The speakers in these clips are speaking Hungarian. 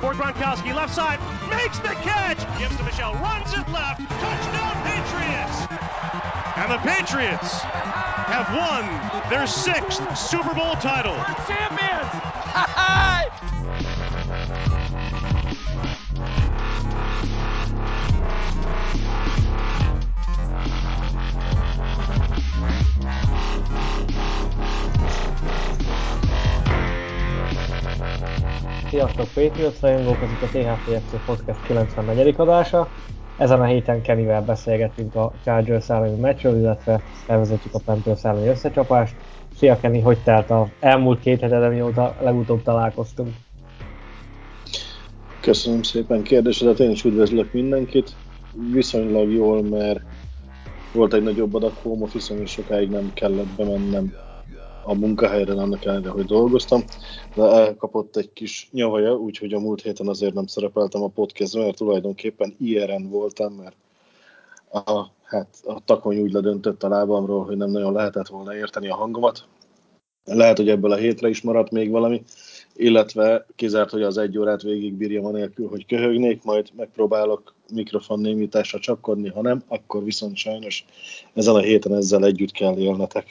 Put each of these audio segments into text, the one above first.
for Gronkowski, left side, makes the catch, gives to Michel, runs it left, touchdown Patriots! And the Patriots have won their 6th Super Bowl title. We're champions! Sziasztok Patriots rajongók, ez itt a THPFC Podcast 94. adása. Ezen a héten Kennyvel beszélgetünk a Chargers elleni meccsről, illetve elvezetjük a Panthers elleni összecsapást. Szia Kenny, hogy telt az elmúlt 2 heted, mióta legutóbb találkoztunk? Köszönöm szépen kérdésedet, én is üdvözlök mindenkit. Viszonylag jól, mert volt egy nagyobb adag home office-om, és sokáig nem kellett bemennem a munkahelyre, annak ellenére, hogy dolgoztam, de elkapott egy kis nyavaja, úgyhogy a múlt héten azért nem szerepeltem a podcastben, mert tulajdonképpen IRN voltam, mert a takony úgy ledöntött a lábamról, hogy nem nagyon lehetett volna érteni a hangomat. Lehet, hogy ebből a hétre is maradt még valami, illetve kizárt, hogy az 1 órát végigbírjam anélkül, hogy köhögnék, majd megpróbálok mikrofon némításra csapkodni, ha nem, akkor viszont sajnos ezen a héten ezzel együtt kell élnetek.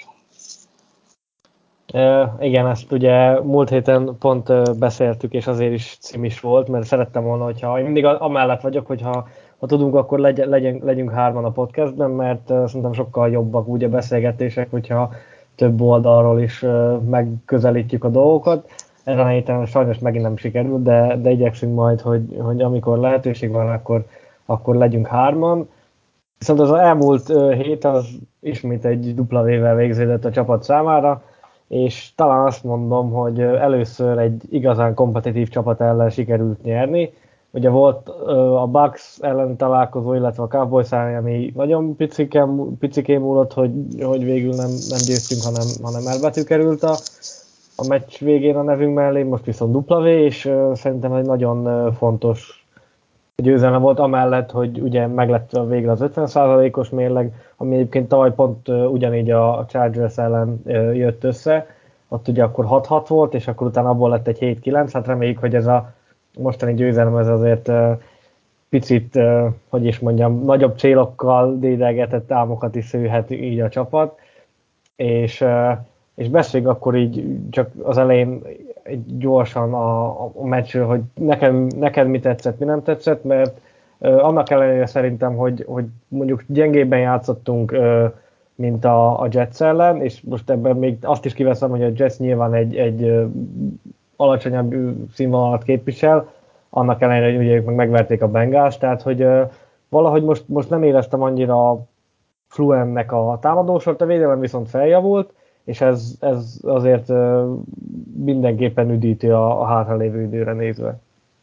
Igen, ezt ugye múlt héten pont beszéltük, és azért is cím is volt, mert szerettem volna, hogyha én mindig amellett vagyok, hogyha tudunk, akkor legyünk 3-an a podcastben, mert szerintem sokkal jobbak úgy a beszélgetések, hogyha több oldalról is megközelítjük a dolgokat. Ezen a héten sajnos megint nem sikerült, de igyekszünk majd, hogy amikor lehetőség van, akkor legyünk 3-an. Viszont az elmúlt hét az ismét egy W-vel végződött a csapat számára, és talán azt mondom, hogy először egy igazán kompetitív csapat ellen sikerült nyerni. Ugye volt a Bucks ellen találkozó, illetve a Cowboys ellen, ami nagyon picikén múlott, hogy végül nem győztünk, hanem elbetű került a meccs végén a nevünk mellé, most viszont W, és szerintem egy nagyon fontos győzelem volt amellett, hogy ugye meglett végre az 50%-os mérleg, ami egyébként tavaly pont ugyanígy a Chargers ellen jött össze, ott ugye akkor 6-6 volt, és akkor utána abból lett egy 7-9, hát reméljük, hogy ez a mostani győzelem ez azért picit, hogy is mondjam, nagyobb célokkal dédelgetett álmokat is szőhet így a csapat, és beszéljünk akkor így csak az elején gyorsan a meccsről, hogy neked mi tetszett, mi nem tetszett, mert annak ellenére szerintem, hogy mondjuk gyengébben játszottunk, mint a Jets ellen, és most ebben még azt is kiveszem, hogy a Jets nyilván egy alacsonyabb színvonalat képvisel, annak ellenére, hogy ugye ők meg megverték a Bengals, tehát hogy valahogy most nem éreztem annyira fluennek a támadósort, a védelem viszont feljavult, és ez azért mindenképpen üdítő a hátralévő időre nézve.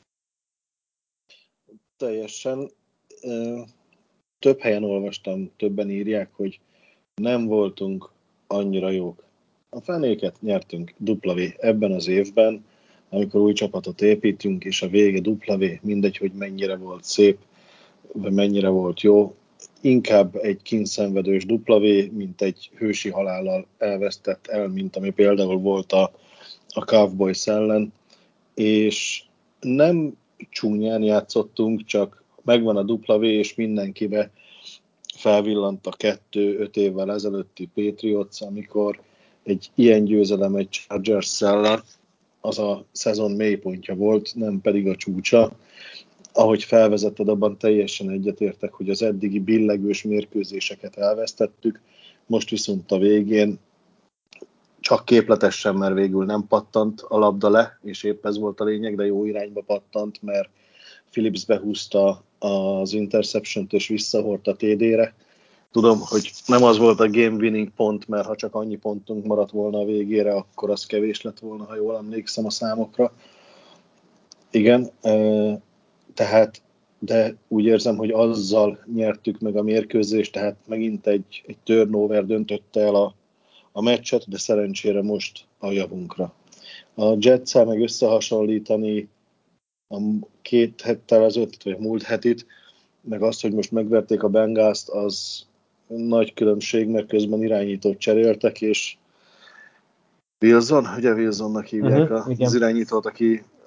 Teljesen. Több helyen olvastam, többen írják, hogy nem voltunk annyira jók. A fenéket nyertünk W ebben az évben, amikor új csapatot építünk, és a vége W, mindegy, hogy mennyire volt szép, vagy mennyire volt jó. Inkább egy kínszenvedős W, mint egy hősi halállal elvesztett el, mint ami például volt a Cowboys ellen. És nem csúnyán játszottunk, csak megvan a W, és mindenkibe felvillant a 2-5 évvel ezelőtti Patriots, amikor egy ilyen győzelem egy Chargers ellen az a szezon mélypontja volt, nem pedig a csúcsa. Ahogy felvezetted, abban teljesen egyetértek, hogy az eddigi billegős mérkőzéseket elvesztettük, most viszont a végén csak képletesen, mert végül nem pattant a labda le, és épp ez volt a lényeg, de jó irányba pattant, mert Phillips behúzta az interception-t és visszahordta TD-re. Tudom, hogy nem az volt a game winning pont, mert ha csak annyi pontunk maradt volna a végére, akkor az kevés lett volna, ha jól emlékszem a számokra. Igen, tehát, de úgy érzem, hogy azzal nyertük meg a mérkőzést, tehát megint egy turnover döntötte el a meccset, de szerencsére most a javunkra. A Jets-szel meg összehasonlítani a 2 hettel ezelőtt, vagy a múlt hetit, meg azt, hogy most megverték a Bengalst, az nagy különbség, mert közben irányítót cseréltek, és Wilson, ugye Wilsonnak hívják az irányítót, aki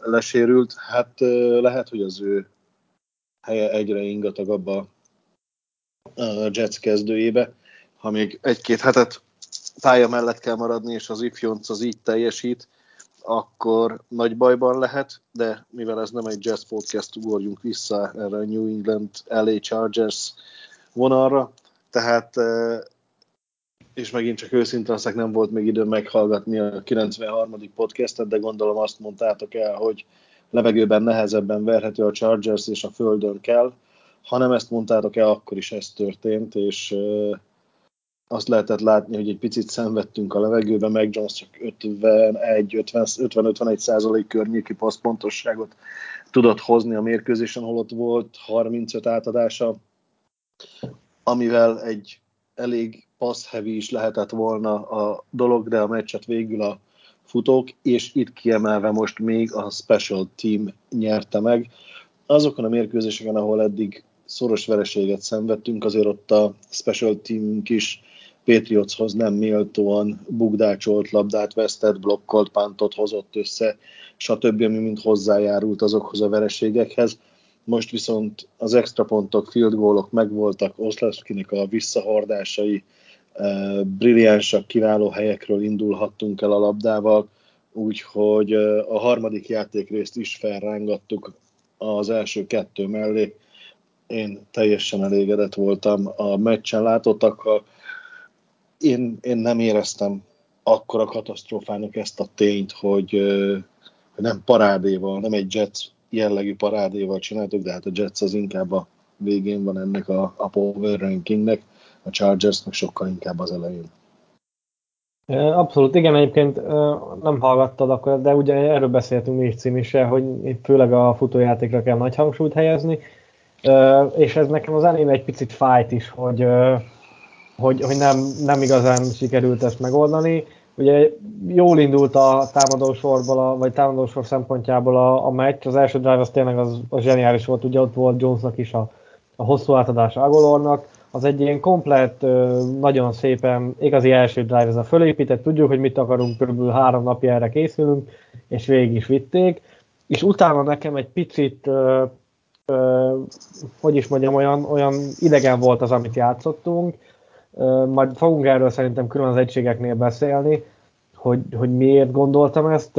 lesérült. Hát lehet, hogy az ő helye egyre ingatagabb a Jets kezdőjébe. Ha még egy-két hetet pálya mellett kell maradni, és az ifjonc az így teljesít, akkor nagy bajban lehet, de mivel ez nem egy Jets podcast, ugorjunk vissza erre a New England LA Chargers vonalra, tehát és megint csak őszintén leszek, nem volt még időm meghallgatni a 93. podcastet, de gondolom azt mondtátok el, hogy levegőben nehezebben verhető a Chargers, és a földön kell. Ha nem ezt mondtátok el, akkor is ez történt, és azt lehetett látni, hogy egy picit szenvedtünk a levegőben, meg Jones csak 50-51% környéki passzpontosságot tudott hozni a mérkőzésen, holott volt 35 átadása, amivel egy elég pass-heavy is lehetett volna a dolog, de a meccset végül a futók, és itt kiemelve most még a special team nyerte meg. Azokon a mérkőzéseken, ahol eddig szoros vereséget szenvedtünk, azért ott a special teamünk is Patriotshoz nem méltóan bukdácsolt labdát vesztett, blokkolt, pántot hozott össze, stb., ami mind hozzájárult azokhoz a vereségekhez. Most viszont az extra pontok, field goalok megvoltak, Oszlowskinek a visszahordásai, brilliánsak, kiváló helyekről indulhattunk el a labdával, úgyhogy a harmadik játékrészt is felrángattuk az első kettő mellé. Én teljesen elégedett voltam a meccsen látottakkal. Én nem éreztem akkora katasztrófának ezt a tényt, hogy nem parádéval, nem egy Jets jellegű parádéval csináltuk, de hát a Jets az inkább a végén van ennek a power rankingnek, a Chargersnek sokkal inkább az elején. Abszolút, igen, egyébként nem hallgattad akkor, de ugye erről beszéltünk mi is címisre, hogy itt főleg a futójátékra kell nagy hangsúlyt helyezni, és ez nekem az elején egy picit fájt is, hogy nem igazán sikerült ezt megoldani. Ugye jól indult a támadósorból, vagy támadósor szempontjából a meccs, az első drive az tényleg az zseniális volt, ugye ott volt Jonesnak is a hosszú átadása Agolornak, az egy ilyen komplett, nagyon szépen, igazi első drive ez a fölépített, tudjuk, hogy mit akarunk, körülbelül 3 napja erre készülünk, és végig is vitték, és utána nekem egy picit, hogy is mondjam, olyan idegen volt az, amit játszottunk, majd fogunk erről szerintem külön az egységeknél beszélni, hogy miért gondoltam ezt,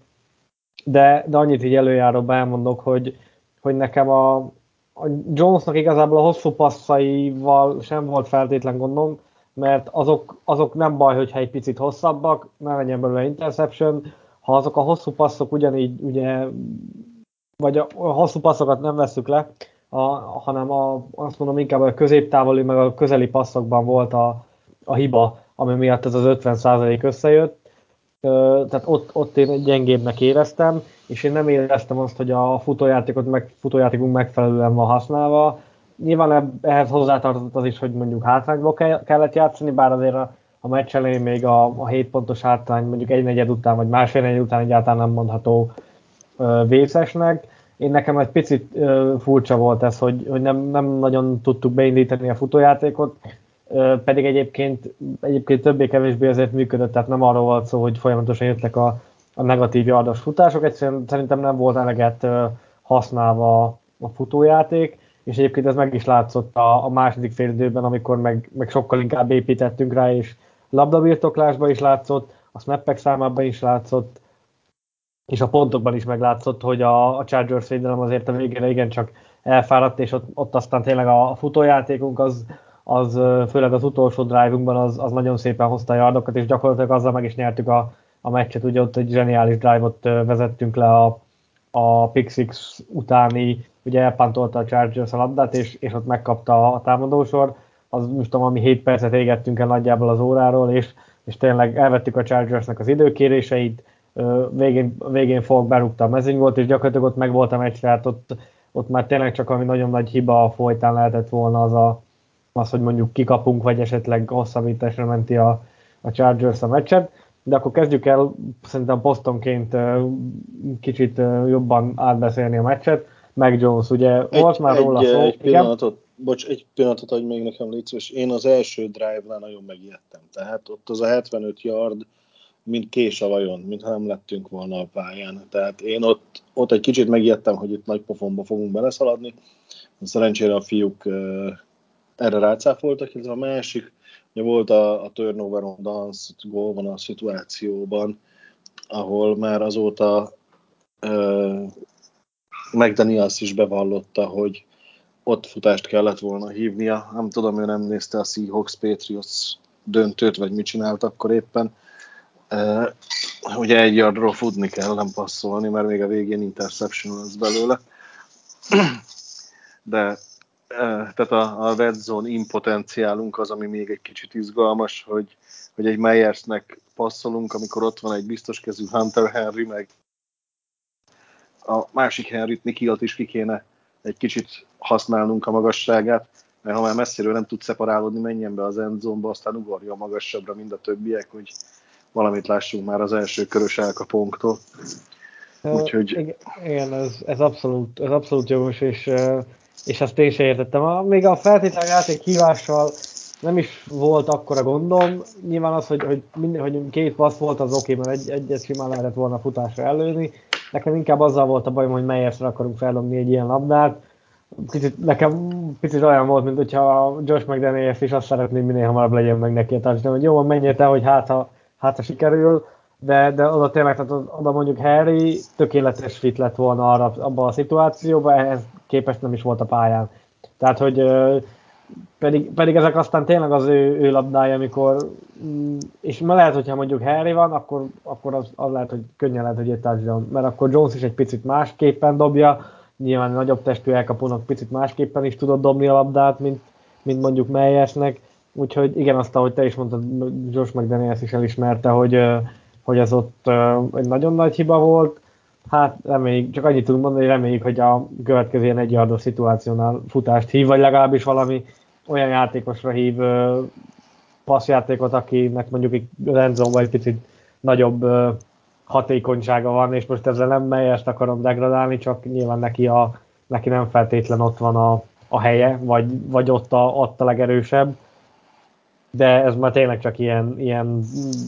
de annyit így előjáróban elmondok, hogy nekem a Jonesnak igazából a hosszú passzaival sem volt feltétlen gondom, mert azok nem baj, hogyha egy picit hosszabbak, ne legyen belőle interception, ha azok a hosszú passzok ugyanígy, ugye, vagy a hosszú passzokat nem vesszük le, hanem azt mondom inkább a középtávoli, meg a közeli passzokban volt a hiba, ami miatt ez az 50% összejött. Tehát ott én gyengébbnek éreztem, és én nem éreztem azt, hogy a futójátékunk megfelelően van használva. Nyilván ehhez hozzátartozott az is, hogy mondjuk hátrányba kellett játszani, bár azért a meccs elején még a 7 pontos hátrány mondjuk egy negyed után, vagy másfél negyed után egyáltalán nem mondható vészesnek. Én nekem egy picit furcsa volt ez, hogy nem nagyon tudtuk beindítani a futójátékot, pedig egyébként többé-kevésbé azért működött, tehát nem arról volt szó, hogy folyamatosan jöttek a negatív yardos futások, egyszerűen szerintem nem volt eleget használva a futójáték, és egyébként ez meg is látszott a második félidőben, amikor meg sokkal inkább építettünk rá, és labdabirtoklásban is látszott, a snappek számában is látszott, és a pontokban is meglátszott, hogy a Chargers védelem azért a végére igencsak elfáradt, és ott aztán tényleg a futójátékunk az főleg az utolsó drive-unkban az nagyon szépen hozta a yardokat, és gyakorlatilag azzal meg is nyertük a meccset, ugye ott egy zseniális drive-ot vezettünk le a pick six utáni, ugye elpántolta a Chargers a labdát, és ott megkapta a támadósor, az most tudom, ami 7 percet égettünk el nagyjából az óráról, és tényleg elvettük a Chargersnek az időkéréseit, végén Falk berúgta a mezőnygolt, és gyakorlatilag ott meg volt a meccs, tehát ott már tényleg csak ami nagyon nagy hiba folytán lehetett volna az, hogy mondjuk kikapunk, vagy esetleg hosszabbításra menti a Chargers a meccset. De akkor kezdjük el szerintem posztonként kicsit jobban átbeszélni a meccset. Meg Jones, ugye volt már róla szó. Egy pillanatot adj még nekem, légy szíves. Én az első drive-nál nagyon megijedtem. Tehát ott az a 75 yard mint kés a vajon, mintha nem lettünk volna a pályán. Tehát én ott egy kicsit megijedtem, hogy itt nagy pofonba fogunk beleszaladni. Szerencsére a fiúk erre rácáfoltak, illetve a másik, ugye volt a turnover on downs gól van a szituációban, ahol már azóta McDaniels is bevallotta, hogy ott futást kellett volna hívnia. Nem tudom, ő nem nézte a Seahawks Patriots döntőt, vagy mit csinált akkor éppen. Ugye egy yardról futni kell, nem passzolni, mert még a végén interception lesz belőle. De tehát a red zone impotenciálunk az, ami még egy kicsit izgalmas, hogy egy Meyersnek passzolunk, amikor ott van egy biztos kezű Hunter Henry, meg a másik Henryt, Nikilt is ki kéne egy kicsit használnunk a magasságát, mert ha már messziről nem tud szeparálódni, menjen be az endzone-ba, aztán ugorja magasabbra, mind a többiek, hogy valamit lássunk már az első körös elkapónktól. Úgyhogy... Igen, ez abszolút jogos, és azt én sem értettem. Még a feltétlenül játék hívással nem is volt akkora gondom. Nyilván az, hogy két passz volt, az oké, mert egyet simán lehetett volna futásra előni. Nekem inkább azzal volt a bajom, hogy Meyersre akarunk fellobni egy ilyen labdát. Nekem picit olyan volt, mint hogyha Josh McDaniels is azt szeretném, minél hamarabb legyen meg neki a touchdown, hogy jó, menjél te, hogy hát ha sikerül, de oda tényleg, tehát oda mondjuk Harry tökéletes fit lett volna abban a szituációban, ehhez képest nem is volt a pályán. Tehát, hogy pedig ezek aztán tényleg az ő labdája, amikor, és lehet, hogyha mondjuk Harry van, akkor az lehet, hogy könnyen lehet, hogy egy touchdown, mert akkor Jones is egy picit másképpen dobja, nyilván nagyobb testű elkapónak picit másképpen is tudod dobni a labdát, mint mondjuk Meyersnek, úgyhogy igen, azt, ahogy te is mondtad, Josh McDaniels is elismerte, hogy ez ott egy nagyon nagy hiba volt. Hát reméljük, csak annyit tudunk mondani, hogy reméljük, hogy a következő ilyen egyardos szituációnál futást hív, vagy legalábbis valami olyan játékosra hív passzjátékot, akinek mondjuk egy endzone egy picit nagyobb hatékonysága van, és most ezzel nem Meyerst akarom degradálni, csak nyilván neki nem feltétlen ott van a helye, vagy ott a legerősebb. De ez már tényleg csak ilyen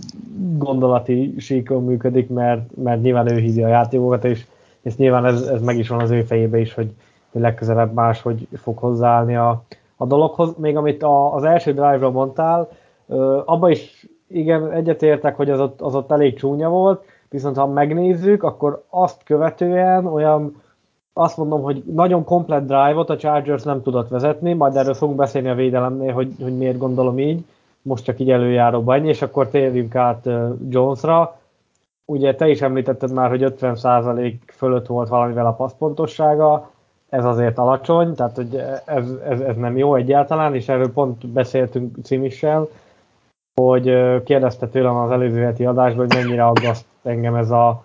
gondolati síkon működik, mert nyilván ő hívja a játékokat, és nyilván ez meg is van az ő fejébe is, hogy legközelebb máshogy fog hozzáállni a dologhoz. Még amit az első drive-ra mondtál, abban is igen, egyetértek, hogy az ott elég csúnya volt, viszont ha megnézzük, akkor azt követően olyan, azt mondom, hogy nagyon komplett drive-ot a Chargers nem tudott vezetni, majd erről fogunk beszélni a védelemnél, hogy miért gondolom így, most csak így előjáróban ennyi, és akkor térjünk át Jonesra. Ugye te is említetted már, hogy 50% fölött volt valamivel a passzpontossága, ez azért alacsony, tehát hogy ez nem jó egyáltalán, és erről pont beszéltünk Cimissel, hogy kérdezte tőlem az előző heti adásban, hogy mennyire aggaszt engem ez a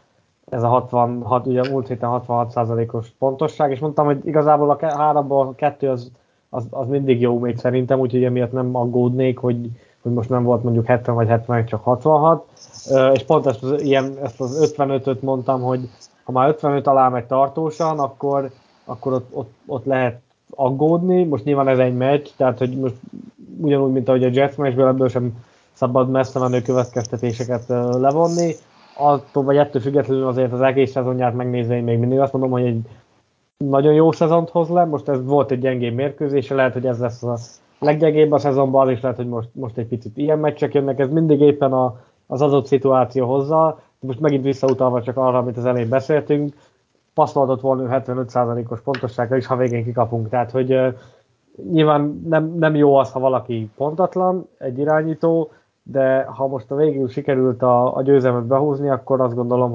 66, ugye múlt héten 66%-os pontosság, és mondtam, hogy igazából a 3-ból 2 az mindig jó még szerintem, úgyhogy emiatt nem aggódnék, hogy most nem volt mondjuk 70 vagy 70, csak 66. És pont ezt az 55-öt mondtam, hogy ha már 55 alá megy tartósan, akkor ott lehet aggódni. Most nyilván ez egy meccs, tehát hogy most ugyanúgy, mint ahogy a Jets meccsből, ebből sem szabad messze menő következtetéseket levonni. Attól vagy ettől függetlenül azért az egész szezonját megnézve, én még mindig azt mondom, hogy egy nagyon jó szezont hoz le. Most ez volt egy gyengébb mérkőzése, lehet, hogy ez lesz a leggyengébb a szezonban, az is lehet, hogy most egy picit ilyen meccsek jönnek, ez mindig éppen az adott szituáció hozza. Most megint visszautalva csak arra, amit az elején beszéltünk, passzolhatott volna 75%-os pontosságra is, ha végén kikapunk. Tehát, hogy nyilván nem jó az, ha valaki pontatlan, egy irányító, de ha most a végül sikerült a győzelmet behúzni, akkor azt gondolom,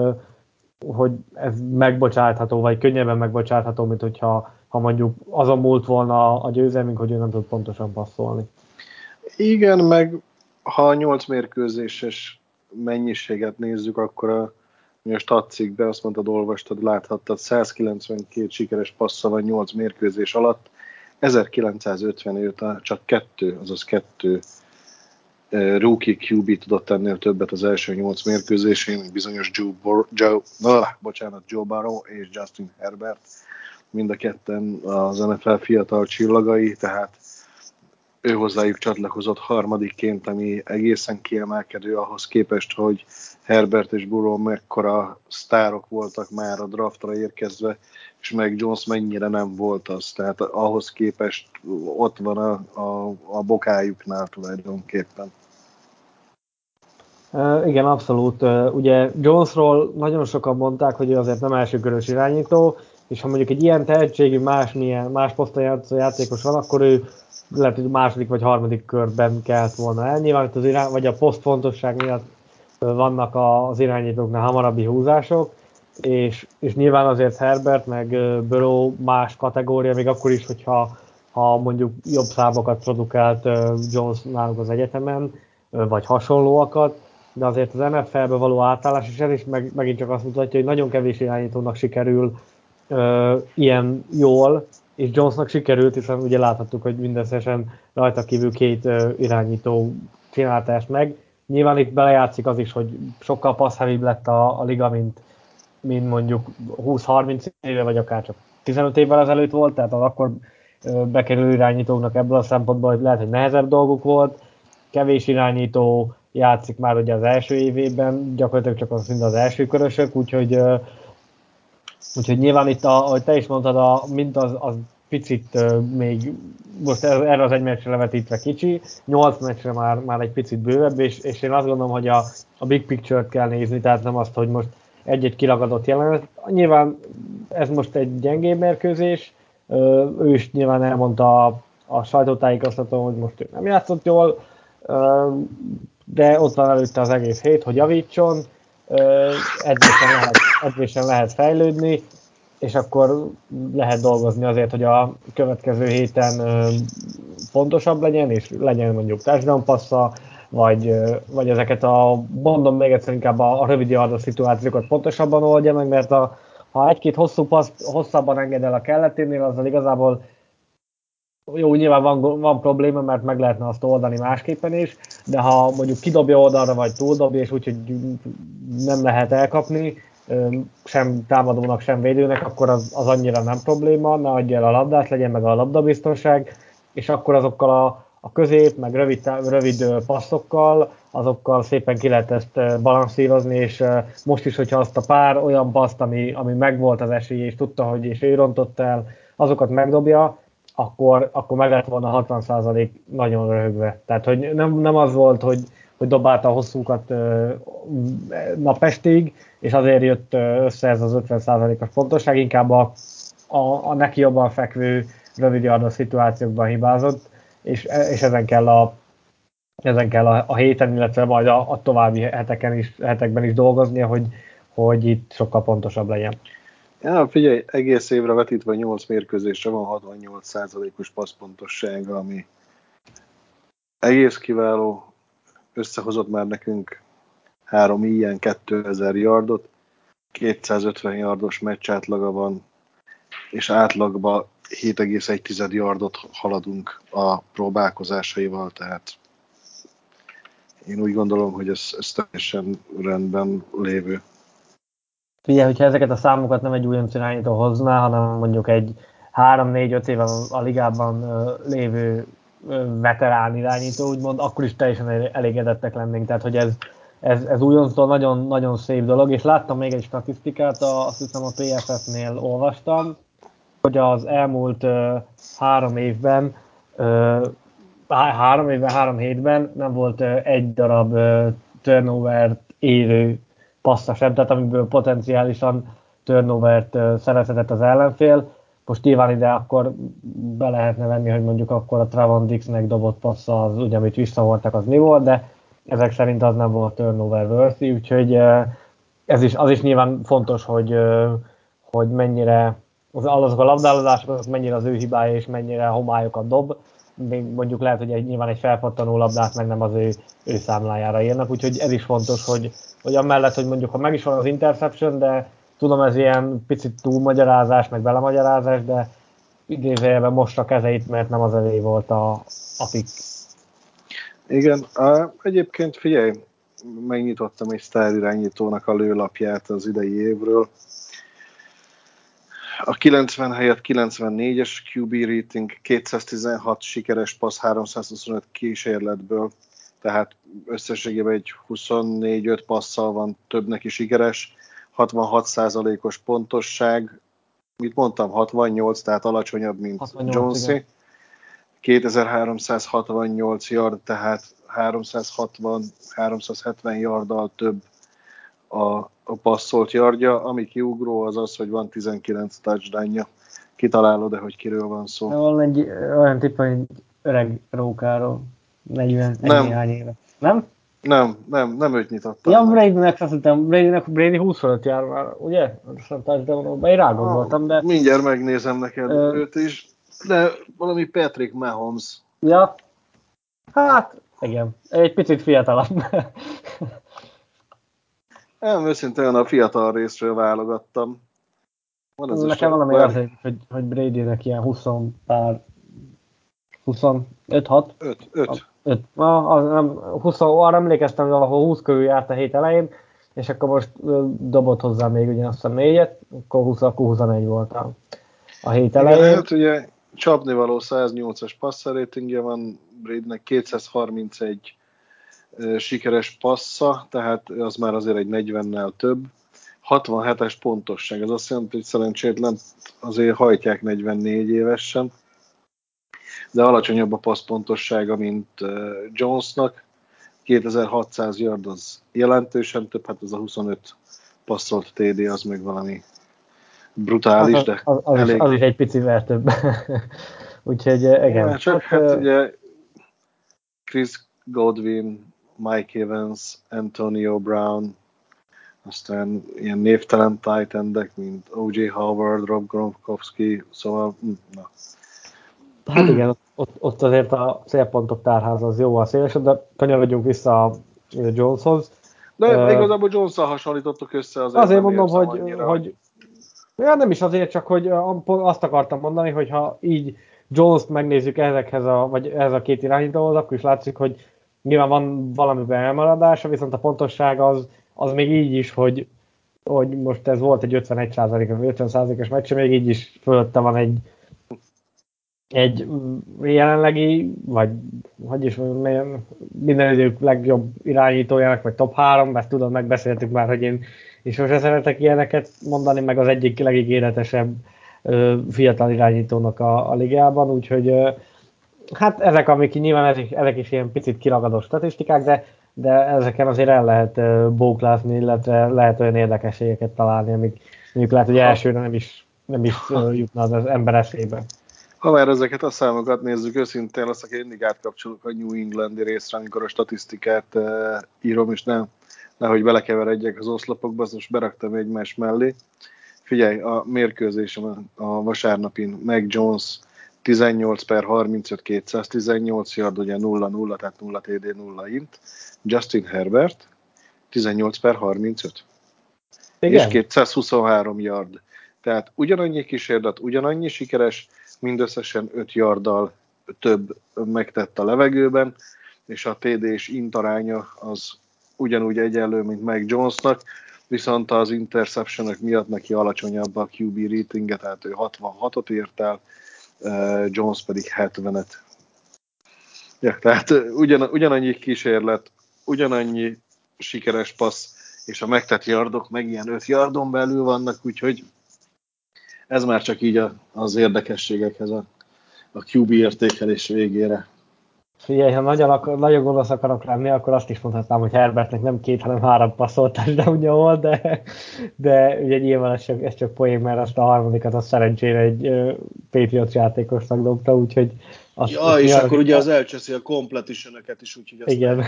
hogy ez megbocsátható, vagy könnyebben megbocsátható, mint hogyha mondjuk azon múlt volna a győzelmünk, hogy ő nem tud pontosan passzolni. Igen, meg ha a 8 mérkőzéses mennyiséget nézzük, akkor a statisztikben azt mondtad, olvastad, láthattad, 192 sikeres passza van 8 mérkőzés alatt, 1950 óta csak 2 rookie QB tudott ennél többet az első 8 mérkőzésén, bizonyos Joe Burrow és Justin Herbert, mind a ketten az NFL fiatal csillagai, tehát ő hozzájuk csatlakozott harmadikként, ami egészen kiemelkedő ahhoz képest, hogy Herbert és Burrow mekkora sztárok voltak már a draftra érkezve, és meg Jones mennyire nem volt az. Tehát ahhoz képest ott van a bokájuknál tulajdonképpen. Igen, abszolút. Ugye Jonesról nagyon sokan mondták, hogy ő azért nem elsőkörös irányító, és ha mondjuk egy ilyen tehetségű más poszton játszó játékos van, akkor ő lehet, hogy második vagy harmadik körben kellett volna el. Nyilván itt az vagy a posztfontosság miatt vannak az irányítóknál hamarabbi húzások, és nyilván azért Herbert meg Burrow más kategória, még akkor is, hogyha mondjuk jobb számokat produkált Jones náluk az egyetemen, vagy hasonlóakat, de azért az NFL-be való átállás, és ez is megint csak azt mutatja, hogy nagyon kevés irányítónak sikerül ilyen jól, és Jonesnak sikerült, hiszen ugye láthattuk, hogy mindösszesen rajta kívül 2 irányító csinálta ezt meg. Nyilván itt belejátszik az is, hogy sokkal passzheavybb lett a liga, mint mondjuk 20-30 éve, vagy akár csak 15 évvel ezelőtt volt, tehát az akkor bekerülő irányítóknak ebből a szempontból, hogy lehet, hogy nehezebb dolguk volt, kevés irányító játszik már ugye az első évében, gyakorlatilag csak az első körösök, úgyhogy nyilván itt, ahogy te is mondtad, mint az picit még most erre az egy meccsre levetítve kicsi, 8 meccsre már egy picit bővebb, és én azt gondolom, hogy a big picture-t kell nézni, tehát nem azt, hogy most egy-egy kiragadott jelenet. Nyilván ez most egy gyengébb mérkőzés, ő is nyilván elmondta a sajtótájékoztatón, hogy most ő nem játszott jól, de ott van előtte az egész hét, hogy javítson, edzésen lehet fejlődni, és akkor lehet dolgozni azért, hogy a következő héten fontosabb legyen, és legyen mondjuk touchdown passza, vagy ezeket mondom még egyszer, inkább a rövid yardos szituációkat pontosabban oldja meg, mert ha egy-két hosszú paszt hosszabban enged el a kelleténél, azzal igazából jó, nyilván van probléma, mert meg lehetne azt oldani másképpen is, de ha mondjuk kidobja oldalra, vagy túldobja, és úgyhogy nem lehet elkapni, sem támadónak, sem védőnek, akkor az annyira nem probléma, ne adja el a labdát, legyen meg a labdabiztonság, és akkor azokkal a közép, meg rövid passzokkal, azokkal szépen ki lehet ezt balanszírozni, és most is, hogyha azt a pár olyan paszt, ami megvolt az esélye, és tudta, hogy és ő rontott el, azokat megdobja, akkor meg lett volna 60% nagyon röhögve. Tehát, hogy nem az volt, hogy dobálta a hosszúkat napestig, és azért jött össze ez az 50%-os pontosság, inkább a neki jobban fekvő rövid yardos szituációkban hibázott, és ezen kell a héten, illetve majd a további hetekben is dolgoznia, hogy itt sokkal pontosabb legyen. Ja, figyelj, egész évre vetítve 8 mérkőzésre van 68%-os passzpontossága, ami egész kiváló, összehozott már nekünk 3 ilyen 2000 yardot, 250 yardos meccs átlaga van, és átlagban 7,1 yardot haladunk a próbálkozásaival, tehát én úgy gondolom, hogy ez teljesen rendben lévő. Figyelj, hogyha ezeket a számokat nem egy újonc irányító hozná, hanem mondjuk egy 3-4-5 éve a ligában lévő veterán irányító, úgymond, akkor is teljesen elégedettek lennénk. Tehát, hogy ez újonctól nagyon, nagyon szép dolog, és láttam még egy statisztikát, azt hiszem a PFF-nél olvastam, hogy az elmúlt 3 évben, 3 hétben nem volt egy darab turnover érő passza sem, tehát amiből potenciálisan turnovert szerezhetett az ellenfél. Most nyilván ide akkor be lehetne venni, hogy mondjuk akkor a Trevon Diggsnek dobott passza, az ugye, amit visszavoltak, az mi volt, de ezek szerint az nem volt turnover worthy, úgyhogy az is nyilván fontos, hogy mennyire azok a labdálozások, azok mennyire az ő hibája, és mennyire homályokat dob. Még mondjuk lehet, hogy nyilván egy felpattanó labdát meg nem az ő számlájára írnak, úgyhogy ez is fontos, hogy amellett, hogy mondjuk ha meg is van az interception, de tudom, ez ilyen picit túlmagyarázás, meg belemagyarázás, de idézőjelben mossa kezeit, mert nem az elé volt a pick. Igen, egyébként figyelj, megnyitottam egy sztárirányítónak a lőlapját az idei évről. A 90 helyett 94-es QB rating, 216 sikeres passz 325 kísérletből, tehát összességében egy 24-5 passzal van több neki sikeres, 66%-os pontosság, mit mondtam, 68, tehát alacsonyabb, mint Jonesy. 2368 yard, tehát 360-370 yarddal több a passzolt yardja, ami kiugró az az, hogy van 19 touchdownja. Kitalálod-e, hogy kiről van szó? Van egy olyan tipp, hogy öreg rókáról, 40 néhány éve. Nem? Nem őt nyitottam. Ja, Bradynek azt hittem, Brady 20 fölött jár már, ugye? Én rá gondoltam, de... Mindjárt megnézem neked őt is, de valami Patrick Mahomes. Ja, hát igen, egy picit fiatalabb. Nem, őszintén a fiatal részről válogattam. Nekem valami azért, hogy Bradynek ilyen 25-6. 5. Arra emlékeztem, hogy valahol 20 körül járt a hét elején, és akkor most dobott hozzá még ugyanazt a 4-et, akkor 21 volt a hét elején. Igen, hát ugye csapnivaló 108-as passer ratingje van, Bradynek 231 sikeres passza, tehát az már azért egy 40-nel több. 67-es pontosság, ez azt jelenti, hogy szerencsétlen azért hajtják 44 évesen, de alacsonyabb a passzpontossága, mint Jonesnak. 2600 yard az jelentősen több, hát ez a 25 passzolt TD az meg valami brutális, de elég. Az is egy picivel több. Úgyhogy igen. Ja, csak hát ugye Chris Godwin, Mike Evans, Antonio Brown, aztán ilyen névtelen tight endek, mint O.J. Howard, Rob Gronkowski, szóval na. Hát igen, ott azért a célpontok tárháza az jóval szélesebb, de kanyarodjunk vissza a Joneshoz. De igazából Jones-szal hasonlítottok össze azért mondom, hogy ja, nem is azért, csak hogy azt akartam mondani, hogy ha így Jones-t megnézzük ehhez a két irányítóhoz, akkor is látszik, hogy nyilván van valamiben elmaradása, viszont a pontosság az még így is, hogy most ez volt egy 51%-os meccs, még így is fölötte van egy jelenlegi, vagy hogy is minden idők legjobb irányítójának, vagy top 3, ezt tudom, megbeszéltük már, hogy én sose szeretek ilyeneket mondani, meg az egyik legígéretesebb fiatal irányítónak a ligában, úgyhogy hát ezek, amik nyilván ezek is ilyen picit kiragadott statisztikák, de ezeken azért el lehet bóklászni, illetve lehet olyan érdekességeket találni, amik mondjuk lehet, hogy elsőre nem is jutna az ember eszébe. Ha már ezeket a számokat nézzük, őszintén azt, aki mindig átkapcsolok a New Englandi részre, amikor a statisztikát írom, és nehogy belekeveredjek az oszlopokba, azt most beraktam egymás mellé. Figyelj, a mérkőzésen a vasárnapin Mac Jones 18/35, 218 yard, ugye 0-0, tehát 0 TD, 0 int. Justin Herbert 18/35. Igen? És 223 yard. Tehát ugyanannyi kísérlet, ugyanannyi sikeres, mindösszesen 5 yarddal több megtett a levegőben, és a TD és int aránya az ugyanúgy egyenlő, mint Mac Jonesnak, viszont az interceptionok miatt neki alacsonyabb a QB ratingje, tehát ő 66-ot ért el, Jones pedig 70-et. Ja, tehát ugyanannyi kísérlet, ugyanannyi sikeres passz, és a megtett yardok meg ilyen 5 yardon belül vannak, úgyhogy ez már csak így az érdekességekhez a QB értékelés végére. Figyelj, ha nagyon gonosz akarok lenni, akkor azt is mondhatnám, hogy Herbertnek nem 2, hanem 3 passzoltás downja volt, de ugye nyilván ez csak poén, mert azt a harmadikat azt szerencsére egy Patriots játékosnak dobta, úgyhogy... és akkor ugye az elcseszi a completion-öket is, úgyhogy azt... Igen,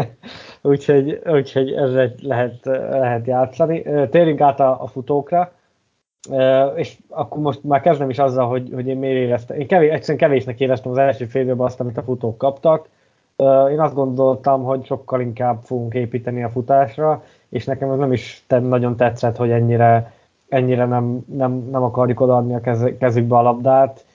úgyhogy ezzel lehet játszani. Térjünk át a futókra. És akkor most már kezdem is azzal, hogy én miért éreztem. Egyszerűen kevésnek éreztem az első fél időben azt, amit a futók kaptak. Én azt gondoltam, hogy sokkal inkább fogunk építeni a futásra, és nekem ez nem is nagyon tetszett, hogy ennyire nem akarjuk odaadni a kezükbe a labdát.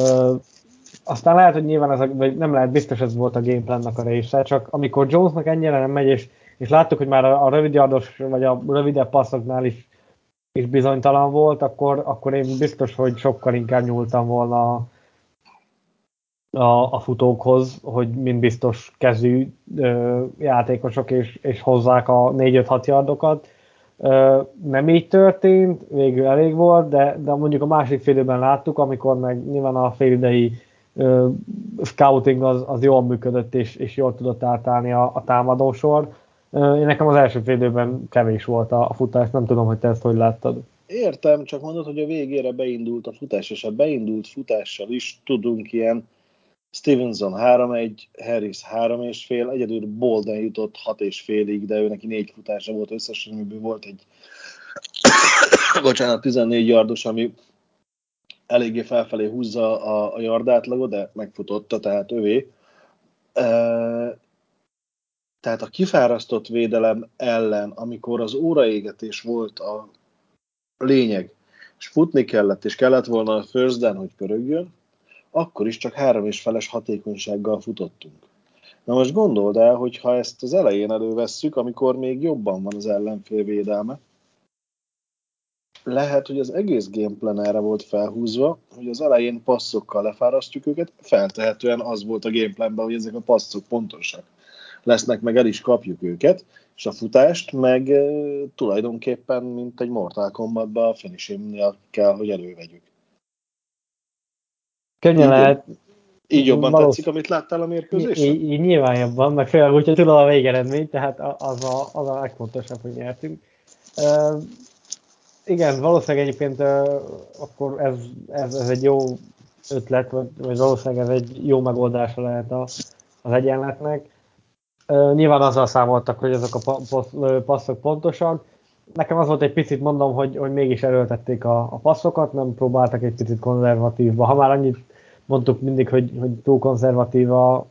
Aztán lehet, hogy nyilván vagy nem lehet, biztos ez volt a gameplannak a része, csak amikor Jonesnak ennyire nem megy, és láttuk, hogy már a rövid yardos, vagy a rövidebb passzoknál is és bizonytalan volt, akkor én biztos, hogy sokkal inkább nyúltam volna a futókhoz, hogy mind biztos kezű játékosok, és hozzák a 4-5-6 yardokat. Nem így történt, végül elég volt, de mondjuk a másik fél időben láttuk, amikor meg nyilván a félidei scouting az jól működött, és jól tudott átállni a támadósor. Én nekem az első fél időben kevés volt a futás, nem tudom, hogy te ezt hogy láttad. Értem, csak mondod, hogy a végére beindult a futás, és a beindult futással is tudunk ilyen Stevenson 3-1, Harris 3,5, egyedül Bolden jutott 6,5-ig, de ő neki 4 futása volt összesen, amiből volt egy 14 yardos, ami eléggé felfelé húzza a yardátlagot, de megfutotta, tehát övé. Tehát a kifárasztott védelem ellen, amikor az óraégetés volt a lényeg, és futni kellett, és kellett volna a first down, hogy pörögjön, akkor is csak 3,5-es hatékonysággal futottunk. Na most gondold el, hogy ha ezt az elején elővesszük, amikor még jobban van az ellenfél védelme, lehet, hogy az egész gameplan erre volt felhúzva, hogy az elején passzokkal lefárasztjuk őket, feltehetően az volt a gameplanben, hogy ezek a passzok pontosak lesznek, meg el is kapjuk őket, és a futást meg tulajdonképpen, mint egy Mortal Kombatban a finishingnél kell, hogy elővegyük. Könnyen lehet. Így jobban tetszik, amit láttál a mérkőzésen? Így nyilván jobban, meg főleg úgy, hogy tudom a végeredmény, tehát az a legfontosabb, hogy nyertünk. Igen, valószínűleg egyébként akkor ez egy jó ötlet, vagy valószínűleg ez egy jó megoldása lehet az egyenletnek. Nyilván azzal számoltak, hogy ezek a passzok pontosak. Nekem az volt egy picit, mondom, hogy mégis erőltették a passzokat, nem próbáltak egy picit konzervatívba. Ha már annyit mondtuk mindig, hogy túl konzervatív a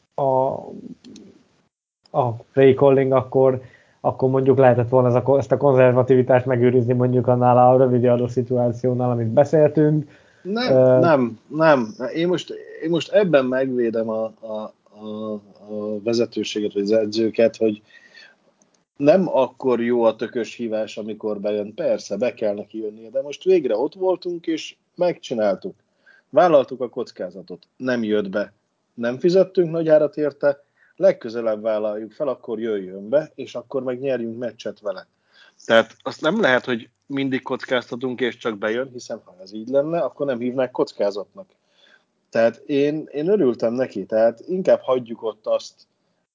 play calling, akkor mondjuk lehetett volna ezt a konzervativitást megőrizni mondjuk annál a rövidjardós szituációnál, amit beszéltünk. Nem. Én most ebben megvédem a vezetőséget, vagy az edzőket, hogy nem akkor jó a tökös hívás, amikor bejön. Persze, be kell neki jönnie, de most végre ott voltunk, és megcsináltuk. Vállaltuk a kockázatot. Nem jött be. Nem fizettünk nagy árat érte, legközelebb vállaljuk fel, akkor jöjjön be, és akkor meg nyerjünk meccset vele. Tehát azt nem lehet, hogy mindig kockáztatunk, és csak bejön, hiszen ha ez így lenne, akkor nem hívnák kockázatnak. Tehát én örültem neki, tehát inkább hagyjuk ott azt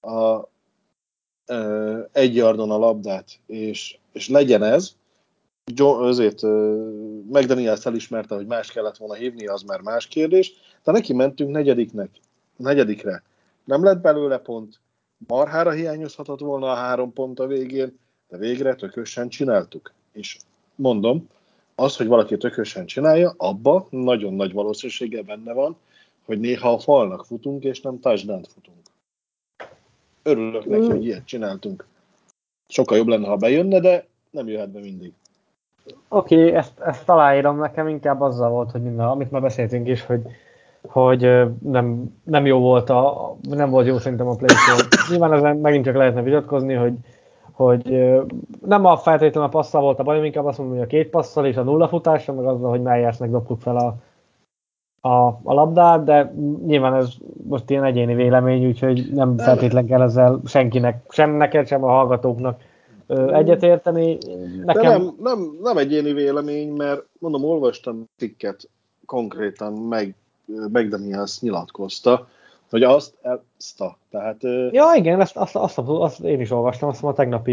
egy yardon a labdát, és legyen ez. Azért McDaniels elismerte, hogy más kellett volna hívni, az már más kérdés. De neki mentünk negyedikre. Nem lett belőle pont. Marhára hiányozhatott volna a 3 pont a végén, de végre tökösen csináltuk. És mondom, az, hogy valaki tökösen csinálja, abba nagyon nagy valószínűséggel benne van, hogy néha a falnak futunk, és nem touchdown-t futunk. Örülök neki, hogy ilyet csináltunk. Sokkal jobb lenne, ha bejönne, de nem jöhet be mindig. Oké, ezt aláírom, nekem inkább azzal volt, hogy amit már beszéltünk is, hogy nem jó volt nem volt jó szerintem a play-call. Nyilván ezen megint csak lehetne vitatkozni, hogy nem a feltétlenül a passzal volt a bajom, inkább azt mondom, hogy a 2 passzal és a 0 futással, meg azzal, hogy Meyersnek dobtuk fel a labdát, de nyilván ez most ilyen egyéni vélemény, úgyhogy nem feltétlenül kell ezzel senkinek, sem neked, sem a hallgatóknak egyetérteni. Nekem... De nem egyéni vélemény, mert mondom, olvastam cikket, konkrétan McDaniels nyilatkozta, hogy azt. Tehát, ja, igen, azt én is olvastam, azt a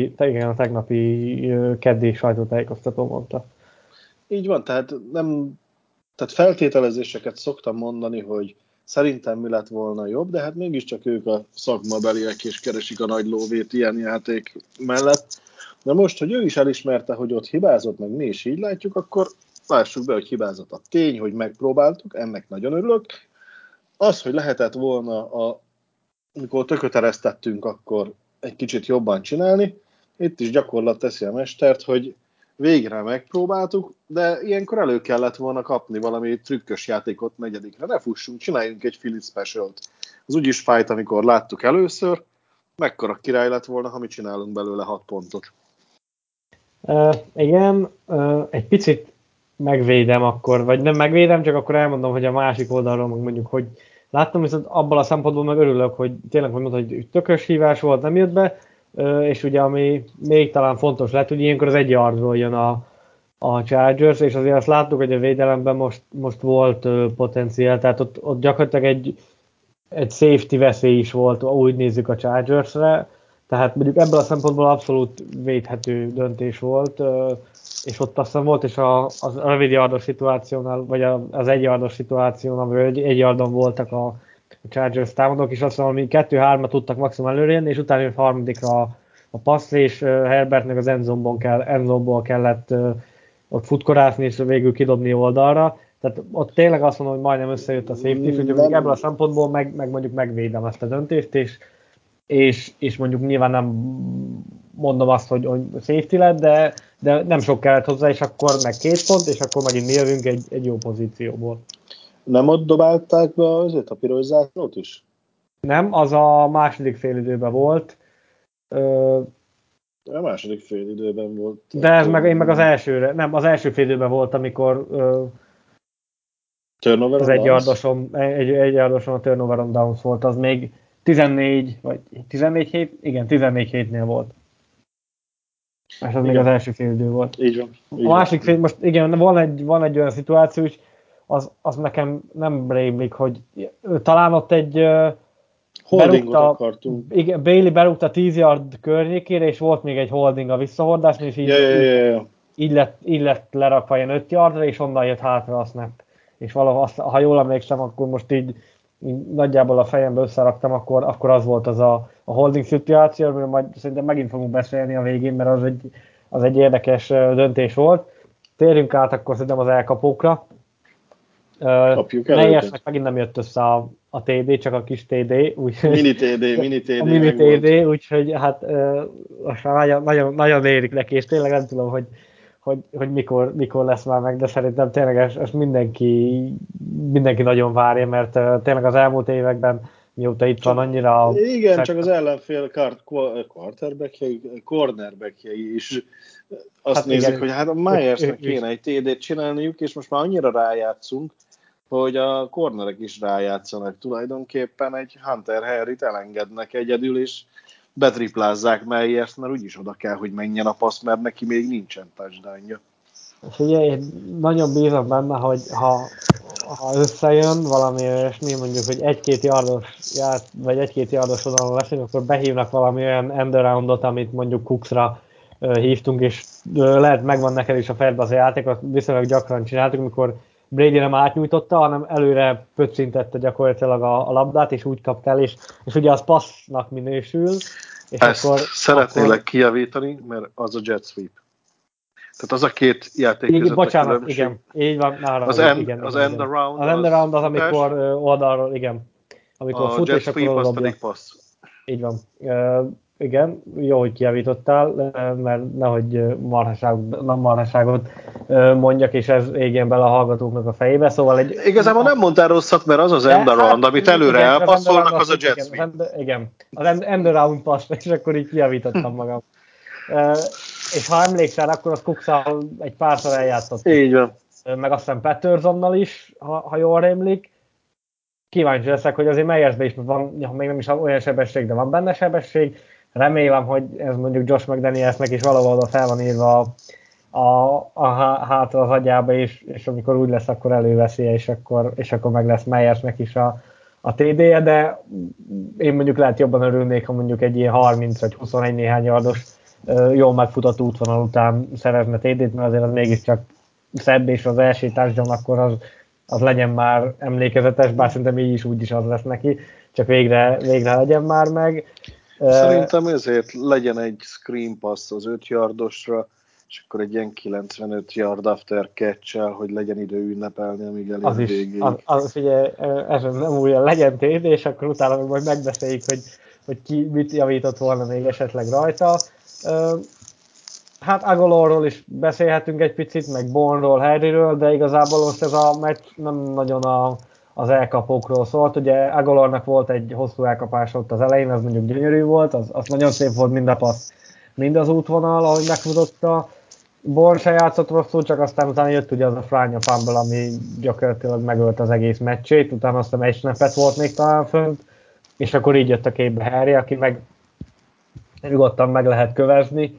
tegnapi keddi sajtótájékoztató mondta. Így van, tehát feltételezéseket szoktam mondani, hogy szerintem mi lett volna jobb, de hát mégiscsak ők a szakmabeliek és keresik a nagy lóvét ilyen játék mellett. De most, hogy ő is elismerte, hogy ott hibázott, meg mi is így látjuk, akkor lássuk be, hogy hibázott a tény, hogy megpróbáltuk, ennek nagyon örülök. Az, hogy lehetett volna, amikor tököteresztettünk, akkor egy kicsit jobban csinálni, itt is gyakorlat teszi a mestert, hogy végre megpróbáltuk, de ilyenkor elő kellett volna kapni valami trükkös játékot negyedikre. Ne fussunk, csináljunk egy Philly specialt. Az úgyis fájt, amikor láttuk először, mekkora király lett volna, ha mi csinálunk belőle 6 pontot. Igen, egy picit megvédem akkor, vagy nem megvédem, csak akkor elmondom, hogy a másik oldalról mondjuk, hogy láttam, viszont abban a szempontból meg örülök, hogy tényleg, hogy mondod, hogy tökös hívás volt, nem jött be, és ugye ami még talán fontos lett, hogy ilyenkor az egy yardról jön a Chargers, és azért azt láttuk, hogy a védelemben most volt potenciál, tehát ott gyakorlatilag egy safety veszély is volt, úgy nézzük a Chargersre, tehát mondjuk ebből a szempontból abszolút védhető döntés volt, és ott aztán volt is az rövid yardos szituációnál, vagy az egy yardos szituációnál, amivel egy yardon voltak a Chargers támadók, és azt mondom, hogy 2-3-ra tudtak maximum előrejönni, és utána jött harmadikra a passz, és Herbertnek az endzone-ból kellett ott futkorászni, és végül kidobni oldalra. Tehát ott tényleg azt mondom, hogy majdnem összejött a safety, úgyhogy ebből a szempontból meg mondjuk megvédem ezt a döntést, és mondjuk nyilván nem mondom azt, hogy safety lett, de nem sok kellett hozzá, és akkor meg 2 pont, és akkor megint mi jövünk egy jó pozícióból. Nem ott dobálták be azért a piros zászlót is? Nem, az a második félidőben volt. A második félidőben volt. De ez én meg az elsőre, nem, az első félidőben volt, amikor turnover az egy yardoson a turnover on downs volt, az még 14 hét, igen, 14 hétnél volt. És az igen. Még az első félidő volt. Így van. A másik fél, most igen, van egy olyan szituáció is, az nekem nem rémlik, hogy talán ott egy holdingot akartunk. Igen, Bailey berúgta 10 yard környékére, és volt még egy holding a visszahordásnál, és így lett lerakva ilyen 5 yardra, és onnan jött hátra a snap. És valahol, ha jól emlékszem, akkor most így nagyjából a fejembe összeraktam, akkor az volt az a holding szituáció, amiről majd szerintem megint fogunk beszélni a végén, mert az egy érdekes döntés volt. Térjünk át akkor szerintem az elkapókra. Meyersnek megint nem jött össze a TD, csak a kis TD. Mini TD, úgyhogy hát most már nagyon érik neki, és tényleg nem tudom, hogy mikor lesz már meg, de szerintem tényleg ezt mindenki nagyon várja, mert tényleg az elmúlt években, mióta itt van annyira... Igen, csak az ellenfél cornerbackjei is azt nézik, igen, hogy hát a Meyersnek kéne egy TD-t csinálniuk, és most már annyira rájátszunk, hogy a cornerek is rájátszanak. Tulajdonképpen egy Hunter Henryt elengednek egyedül, és betriplázzák Meyerst, mert úgyis oda kell, hogy menjen a passz, mert neki még nincsen touchdownja. Figyelj, én nagyon bízom benne, hogy ha összejön valami olyasmi, mondjuk, hogy egy-két yardos oldalon leszünk, akkor behívnak valami olyan end-aroundot, amit mondjuk Cooksra hívtunk, és lehet megvan neked is a fejedbe az a játékot, viszonylag gyakran csináltuk, amikor Brady nem átnyújtotta, hanem előre pöccintette gyakorlatilag a labdát, és úgy kapta el, és ugye az passznak minősül. És ezt akkor szeretnélek kijavítani, mert az a jet sweep. Tehát az a két játék között bocsánat, a különbség. Igen, így van. Az end around. Az end around az, amikor oldalról, igen. Amikor fut, és akkor oldalról. A jet sweep az pedig passz. Így van. Igen, jó, hogy kijavítottál, mert nehogy marhaságot mondjak, és ez égjen bele a hallgatóknak a fejébe, szóval igazából nem mondtál rosszat, mert az az end around, amit előre igen, elpasszolnak, az a jet sweep. Igen, az end around passz, és akkor így kijavítottam magam. És ha emlékszel, akkor az Cooks-szal egy párszor eljátszottuk. Így van. Meg aztán Pattersonnal is, ha jól rémlik. Kíváncsi leszek, hogy azért Meyersben is van, ha még nem is olyan sebesség, de van benne sebesség. Remélem, hogy ez mondjuk Josh McDanielsnek is valahol oda fel van írva a hátra az agyába, és amikor úgy lesz, akkor előveszi, és akkor meg lesz Meyersnek is a TD-je, de én mondjuk lehet jobban örülnék, ha mondjuk egy ilyen 30 vagy 21 néhány yardos jól megfutott útvonal után szerezne TD-t, mert azért az mégiscsak szebb, és az első touchdown akkor az legyen már emlékezetes, bár szerintem így is úgy is az lesz neki, csak végre legyen már meg. Szerintem ezért legyen egy screen pass az 5 yardosra, és akkor egy ilyen 95 yard after catch-el, hogy legyen idő ünnepelni, amíg elér végéig. Figyelj, ez nem újra legyen TD, és akkor utána majd megbeszéljük, hogy ki mit javított volna még esetleg rajta. Hát Agolorról is beszélhetünk egy picit, meg Bourne-ról, Harryről, de igazából most ez a meccs nem nagyon az elkapókról szólt. Ugye Agolornak volt egy hosszú elkapás ott az elején, az mondjuk gyönyörű volt, az nagyon szép volt mind a passz, mind az útvonal, ahogy megfutotta. Born se játszott rosszul, csak aztán utána jött ugye az a Fránya fumble, ami gyakorlatilag megölt az egész meccsét, utána aztán egy snappet volt még talán fönt, és akkor így jött a képbe Harry, aki meg nyugodtan meg lehet kövezni,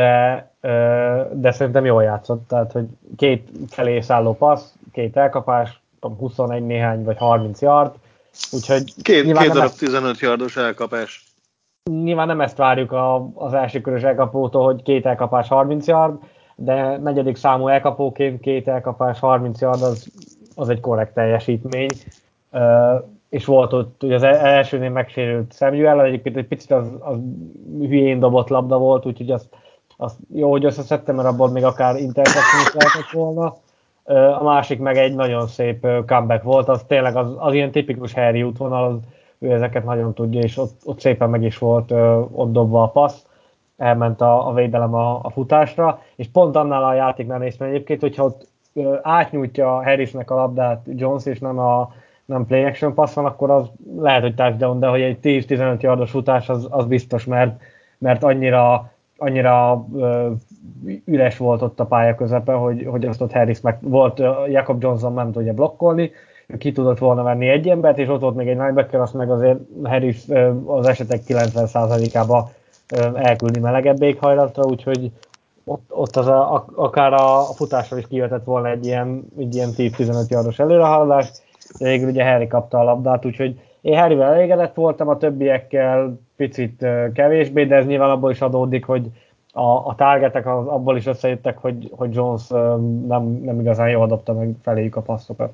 de szerintem jól játszott, tehát hogy két felé szálló passz, két elkapás, 21 néhány vagy 30 yard, úgyhogy két darab 15 yardos elkapás. Nyilván nem ezt várjuk az első körös elkapótól, hogy két elkapás 30 yard, de negyedik számú elkapóként két elkapás 30 yard az egy korrekt teljesítmény. És volt ott, ugye az elsőnél megsérült Samuel, egyébként egy picit az hülyén dobott labda volt, úgyhogy azt jó, hogy összeszedtem, mert abból még akár interception is lehetett volna. A másik meg egy nagyon szép comeback volt, az tényleg az ilyen tipikus Harry útvonal, ő ezeket nagyon tudja, és ott szépen meg is volt ott dobva a passz, elment a védelem a futásra, és pont annál a játéknál néztem egyébként, hogyha ott átnyújtja Harrisnek a labdát Jones, és nem play action passz van, akkor az lehet, hogy touchdown, de hogy egy 10-15 yardos futás az biztos, mert annyira üres volt ott a pálya közepe, hogy azt ott Harris meg volt, Jacob Johnson nem tudja blokkolni, ki tudott volna venni egy embert, és ott volt még egy linebacker, azt meg azért Harris az esetek 90%-ába elküldi melegebb éghajlatra, úgyhogy ott akár a futásra is kijöhetett volna egy ilyen 10-15 yardos előrehaladás, de végül ugye Harry kapta a labdát, úgyhogy én Harryvel elégedett voltam, a többiekkel picit kevésbé, de ez nyilván abból is adódik, hogy a targetek abból is összejöttek, hogy Jones nem igazán jól dobta meg feléjük a passzokat.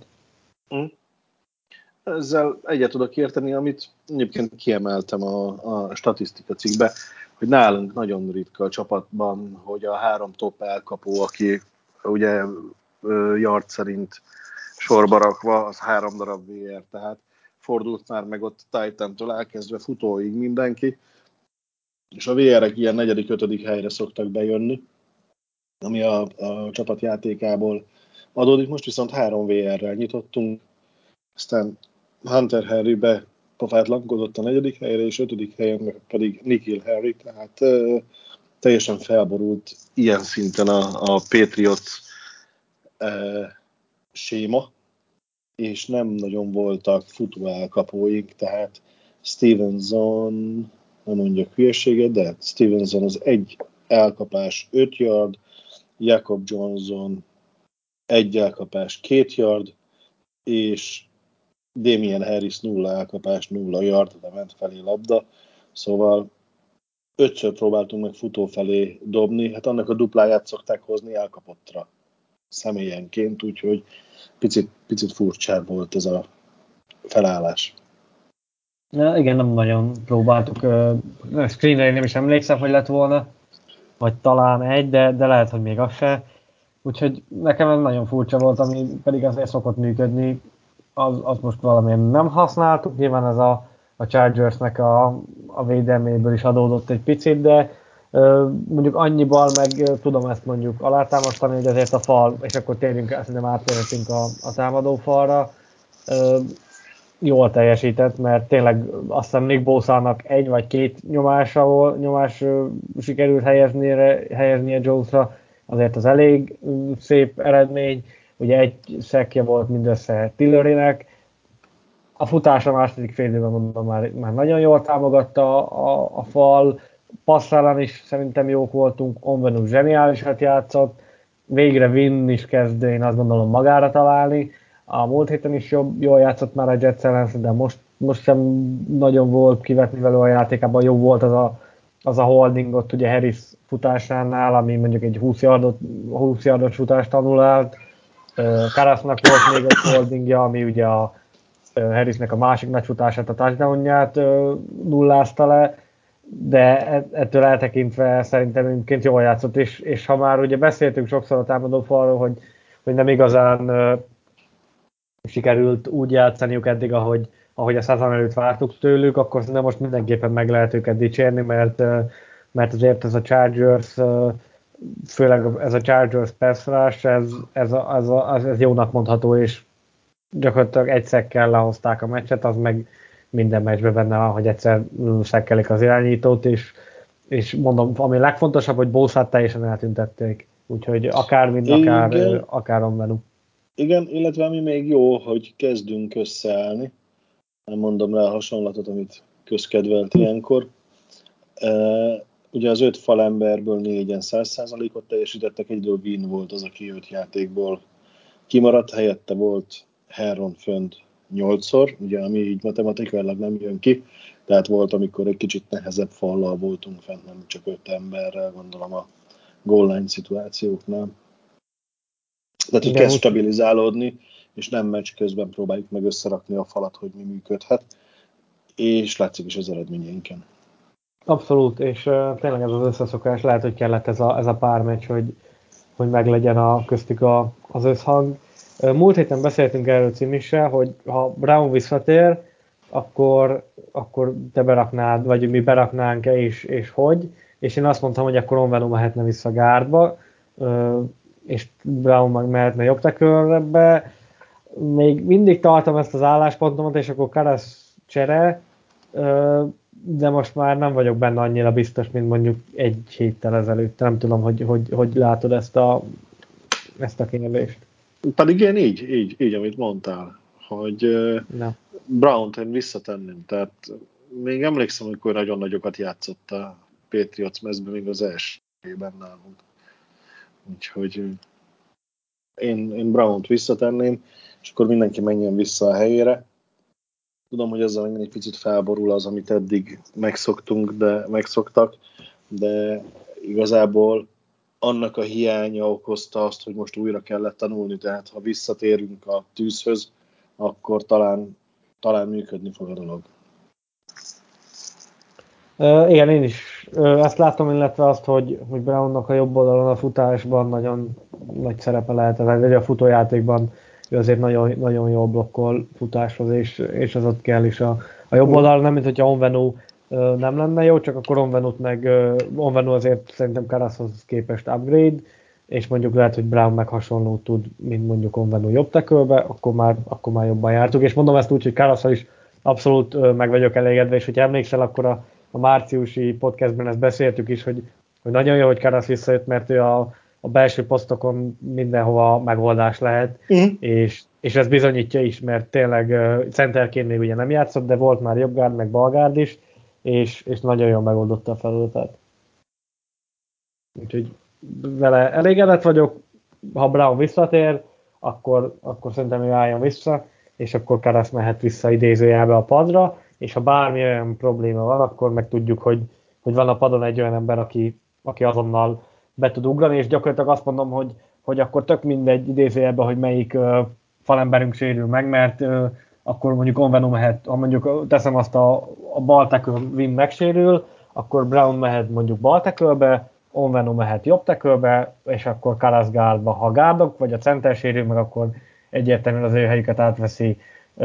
Ezzel egyet tudok érteni, amit egyébként kiemeltem a statisztika cikkbe, hogy nálunk nagyon ritka a csapatban, hogy a 3 top elkapó, aki ugye yard szerint sorba rakva, az 3 darab VR, tehát fordult már meg ott Titan-től elkezdve futóig mindenki, és a VR-ek ilyen 4.-5. helyre szoktak bejönni, ami a csapat játékából adódik. Most viszont 3 VR-rel nyitottunk, aztán Hunter Henry bepofátlankodott a 4. helyre, és 5. helyen pedig N'Keal Harry, tehát teljesen felborult ilyen szinten a Patriots séma, és nem nagyon voltak futó elkapóink, tehát Stevenson, nem mondjak hülyeséget, de Stevenson az egy elkapás 5 yard, Jacob Johnson egy elkapás 2 yard, és Damien Harris 0 elkapás, 0 yard, de ment felé labda, szóval 5-ször próbáltunk meg futó felé dobni, hát annak a dupláját szokták hozni elkapottra személyenként, úgyhogy picit furcsább volt ez a felállás. Ja, igen, nem nagyon próbáltuk. Screenre nem is emlékszem, hogy lett volna, vagy talán egy, de lehet, hogy még az se. Úgyhogy nekem ez nagyon furcsa volt, ami pedig azért szokott működni. Az most valamilyen nem használtuk, nyilván ez a Chargersnek a védelméből is adódott egy picit, de mondjuk annyival meg tudom ezt mondjuk alátámasztani, hogy azért a fal, és akkor szerintem áttérhetünk a támadó falra, jól teljesített, mert tényleg azt hiszem Nick Bosa-nak 1 vagy 2 nyomás sikerült helyeznie Jonesra, azért az elég szép eredmény, ugye egy sackje volt mindössze Tillerynek, a futás a második fél időben mondom már nagyon jól támogatta a fal, passzálán is szerintem jók voltunk, Onwenu zseniálisat játszott, végre Wynn is kezd, én azt gondolom magára találni, a múlt héten is jól játszott már a Jets ellen, de most sem nagyon volt kivetni velő a játékában, jó volt az a holding ott ugye Harris futásánál, ami mondjuk egy 20 yardos futást anulált, Karasznak volt még egy holdingja, ami ugye a Harrisnek a másik nagy futását, a touchdownját nullázta le, de ettől eltekintve szerintem egyébként jól játszott, és ha már ugye beszéltünk sokszor a támadófalról, hogy nem igazán sikerült úgy játszaniuk eddig, ahogy a szezon előtt vártuk tőlük, akkor szerintem most mindenképpen meg lehet őket dicsérni, mert azért ez a Chargers, főleg ez a Chargers pass rush, ez jónak mondható, és gyakorlatilag egy szekkel lehozták a meccset, az meg minden meccsben benne van, hogy egyszer szekkelik az irányítót, és mondom, ami legfontosabb, hogy Bosát teljesen eltüntették. Úgyhogy akár mind, akár Onvenu. Igen, illetve ami még jó, hogy kezdünk összeállni. Nem mondom rá a hasonlatot, amit közkedvelt ilyenkor. Ugye az 5 falemberből 4-en 100%-ot teljesítettek, egyből Wien volt az, aki 5 játékból kimaradt, helyette volt Herron fönt 8-szor, ugye, ami így matematikailag nem jön ki, tehát volt, amikor egy kicsit nehezebb fallal voltunk fent, nem csak 5 emberrel, gondolom a goal line szituációknál. Tehát, hogy kezd stabilizálódni, és nem meccs közben próbáljuk meg összerakni a falat, hogy mi működhet, és látszik is az eredményeinken. Abszolút, és tényleg ez az összeszokás, lehet, hogy kellett ez a pár meccs, hogy meglegyen köztük az összhang. Múlt héten beszéltünk erről Cimissel, hogy ha Brown visszatér, akkor te beraknád, vagy mi beraknánk-e, és hogy. És én azt mondtam, hogy akkor Onvenu mehetne vissza gárdba, és Brown meg mehetne jobb tekörbe. Még mindig tartom ezt az álláspontomat, és akkor Karasz csere, de most már nem vagyok benne annyira biztos, mint mondjuk egy héttel ezelőtt. Nem tudom, hogy látod ezt a kérdést. Pedig én így, amit mondtál, hogy Brown-t én visszatenném. Tehát még emlékszem, amikor nagyon nagyokat játszott a Patriots mezben, még az elsőben nálunk. Úgyhogy én Brown-t visszatenném, és akkor mindenki menjen vissza a helyére. Tudom, hogy ezzel egy picit felborul az, amit eddig megszoktak, de igazából annak a hiánya okozta azt, hogy most újra kellett tanulni, tehát ha visszatérünk a tűzhöz, akkor talán működni fog a dolog. Igen, én is ezt látom, illetve azt, hogy Brownnak a jobb oldalon a futásban nagyon nagy szerepe lehet, vagy a futójátékban ő azért nagyon, nagyon jól blokkol futáshoz, és az ott kell is a jobb oldalon, nem mint hogyha Onvenu nem lenne jó, csak akkor Onvenu azért szerintem Karaszhoz képest upgrade, és mondjuk lehet, hogy Brown meg hasonló tud, mint mondjuk Onvenu jobb tekölbe, akkor már jobban jártuk, és mondom ezt úgy, hogy Karasszal is abszolút meg vagyok elégedve, és hogyha emlékszel, akkor a márciusi podcastben ezt beszéltük is, hogy nagyon jó, hogy Karasz visszajött, mert ő a belső posztokon mindenhova megoldás lehet, és ez bizonyítja is, mert tényleg centerként még ugye nem játszott, de volt már jobbgárd, meg balgárd is, és nagyon jól megoldotta a feladatát. Úgyhogy vele elégedett vagyok, ha Brown visszatér, akkor szerintem ő álljon vissza, és akkor Karasz mehet vissza idézőjelbe a padra, és ha bármi olyan probléma van, akkor meg tudjuk, hogy van a padon egy olyan ember, aki azonnal be tud ugrani, és gyakorlatilag azt mondom, hogy akkor tök mindegy idézőjelben, hogy melyik falemberünk sérül meg, mert akkor mondjuk Onvenu mehet, ha mondjuk teszem azt a bal tackle Win megsérül, akkor Brown mehet mondjuk bal tackle-be, Onvenu mehet jobb tackle-be, és akkor Karasz gárdba. Ha gárdok, vagy a center sérül meg, akkor egyértelműen az ő helyüket átveszi